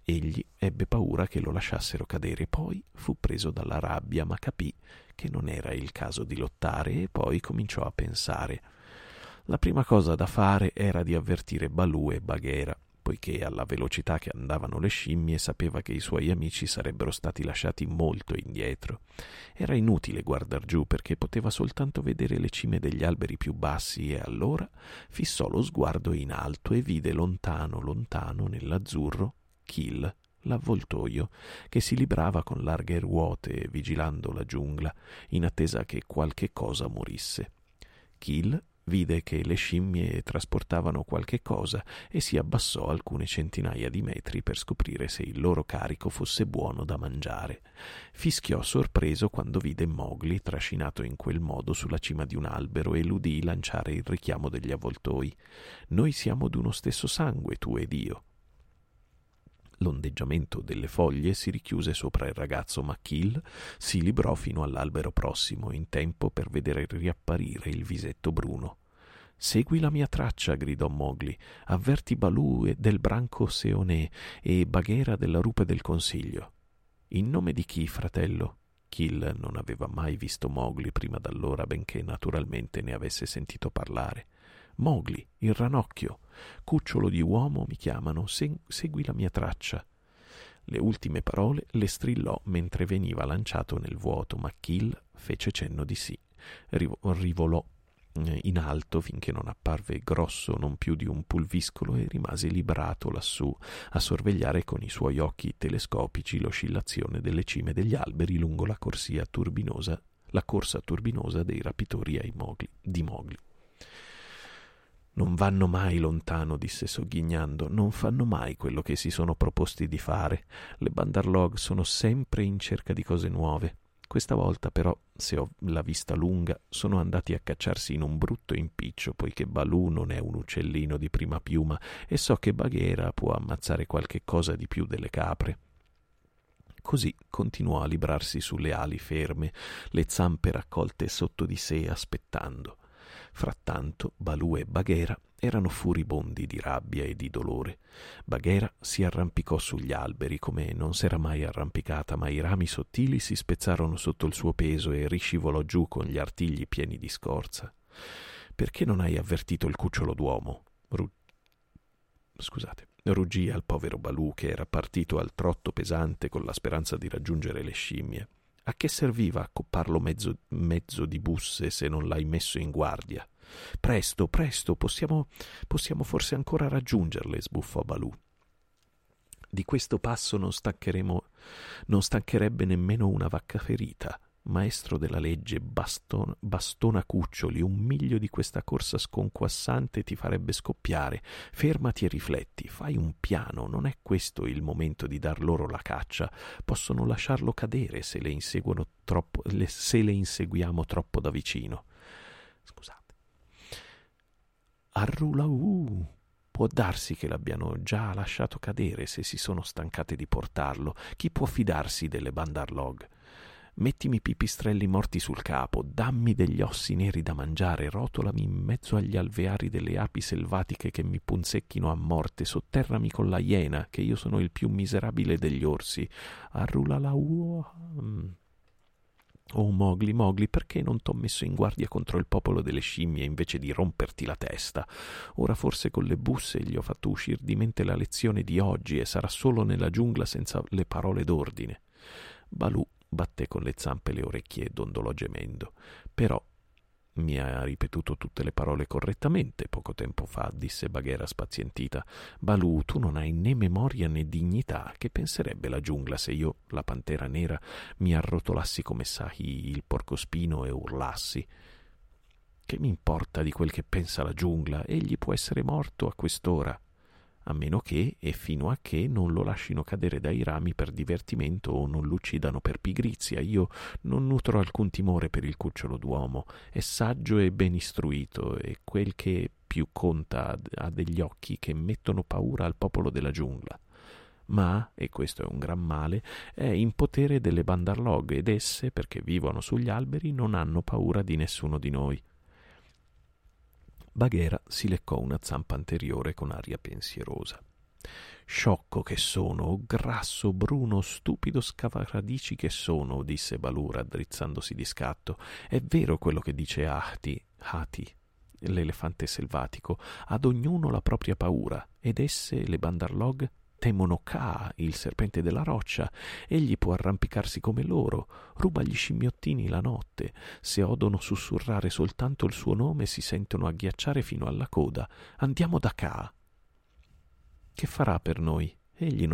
Egli ebbe paura che lo lasciassero cadere, poi fu preso dalla rabbia, ma capì che non era il caso di lottare e poi cominciò a pensare. La prima cosa da fare era di avvertire Balù e Baghera, poiché alla velocità che andavano le scimmie sapeva che i suoi amici sarebbero stati lasciati molto indietro. Era inutile guardar giù perché poteva soltanto vedere le cime degli alberi più bassi e allora fissò lo sguardo in alto e vide lontano, lontano, nell'azzurro, Kil, l'avvoltoio, che si librava con larghe ruote vigilando la giungla in attesa che qualche cosa morisse. Kil vide che le scimmie trasportavano qualche cosa e si abbassò alcune centinaia di metri per scoprire se il loro carico fosse buono da mangiare. Fischiò sorpreso quando vide Mowgli trascinato in quel modo sulla cima di un albero e l'udì lanciare il richiamo degli avvoltoi. «Noi siamo d'uno stesso sangue, tu ed io». L'ondeggiamento delle foglie si richiuse sopra il ragazzo, ma Kil si librò fino all'albero prossimo, in tempo per vedere riapparire il visetto bruno. «Segui la mia traccia», gridò Mowgli. «Avverti Balù del branco Seonè e Baghera della rupe del consiglio». «In nome di chi, fratello?» Kil non aveva mai visto Mowgli prima d'allora, benché naturalmente ne avesse sentito parlare. «Mowgli, il ranocchio. Cucciolo di uomo mi chiamano, segui la mia traccia». Le ultime parole le strillò mentre veniva lanciato nel vuoto, ma Kil fece cenno di sì. Rivolò in alto finché non apparve grosso non più di un pulviscolo e rimase librato lassù a sorvegliare con i suoi occhi telescopici l'oscillazione delle cime degli alberi lungo la corsa turbinosa dei rapitori di Mowgli. «Non vanno mai lontano», disse sogghignando, «non fanno mai quello che si sono proposti di fare. Le Bandarlog sono sempre in cerca di cose nuove. Questa volta però, se ho la vista lunga, sono andati a cacciarsi in un brutto impiccio, poiché Balù non è un uccellino di prima piuma e so che Baghera può ammazzare qualche cosa di più delle capre». Così continuò a librarsi sulle ali ferme, le zampe raccolte sotto di sé, aspettando. Frattanto Balù e Baghera erano furibondi di rabbia e di dolore. Baghera si arrampicò sugli alberi come non s'era mai arrampicata, ma i rami sottili si spezzarono sotto il suo peso e riscivolò giù con gli artigli pieni di scorza. «Perché non hai avvertito il cucciolo d'uomo?» ruggì al povero Balù, che era partito al trotto pesante con la speranza di raggiungere le scimmie. «A che serviva accopparlo mezzo di busse se non l'hai messo in guardia?» Presto, possiamo forse ancora raggiungerle», sbuffò Balù. «Di questo passo non stancherebbe nemmeno una vacca ferita. Maestro della legge, bastona cuccioli, 1 miglio di questa corsa sconquassante ti farebbe scoppiare. Fermati e rifletti, fai un piano, non è questo il momento di dar loro la caccia. Possono lasciarlo cadere se le inseguiamo troppo da vicino». Scusate. «Arrulaù! Può darsi che l'abbiano già lasciato cadere se si sono stancate di portarlo. Chi può fidarsi delle Bandarlog? Mettimi pipistrelli morti sul capo, dammi degli ossi neri da mangiare, rotolami in mezzo agli alveari delle api selvatiche che mi punzecchino a morte, sotterrami con la iena, che io sono il più miserabile degli orsi. Arrulalau! Oh Mowgli, perché non t'ho messo in guardia contro il popolo delle scimmie invece di romperti la testa? Ora forse con le busse gli ho fatto uscir di mente la lezione di oggi e sarà solo nella giungla senza le parole d'ordine». Balù batté con le zampe le orecchie e dondolò gemendo. «Però mi ha ripetuto tutte le parole correttamente poco tempo fa», disse Baghera spazientita. «Balù, tu non hai né memoria né dignità. Che penserebbe la giungla se io, la pantera nera, mi arrotolassi come Sahi il porcospino e urlassi? Che mi importa di quel che pensa la giungla? Egli può essere morto a quest'ora, a meno che e fino a che non lo lascino cadere dai rami per divertimento o non lo uccidano per pigrizia. Io non nutro alcun timore per il cucciolo d'uomo, è saggio e ben istruito, e quel che più conta ha degli occhi che mettono paura al popolo della giungla. Ma, e questo è un gran male, è in potere delle Bandarlog ed esse, perché vivono sugli alberi, non hanno paura di nessuno di noi». Baghera si leccò una zampa anteriore con aria pensierosa. Sciocco che sono, grasso, bruno, stupido scavaradici che sono, disse Balù raddrizzandosi di scatto. È vero quello che dice Hati, l'elefante selvatico, ad ognuno la propria paura, ed esse, le Bandarlog, temono Kaa, il serpente della roccia. Egli può arrampicarsi come loro, ruba agli scimmiottini la notte. Se odono sussurrare soltanto il suo nome si sentono agghiacciare fino alla coda. Andiamo da Kaa. Che farà per noi? Egli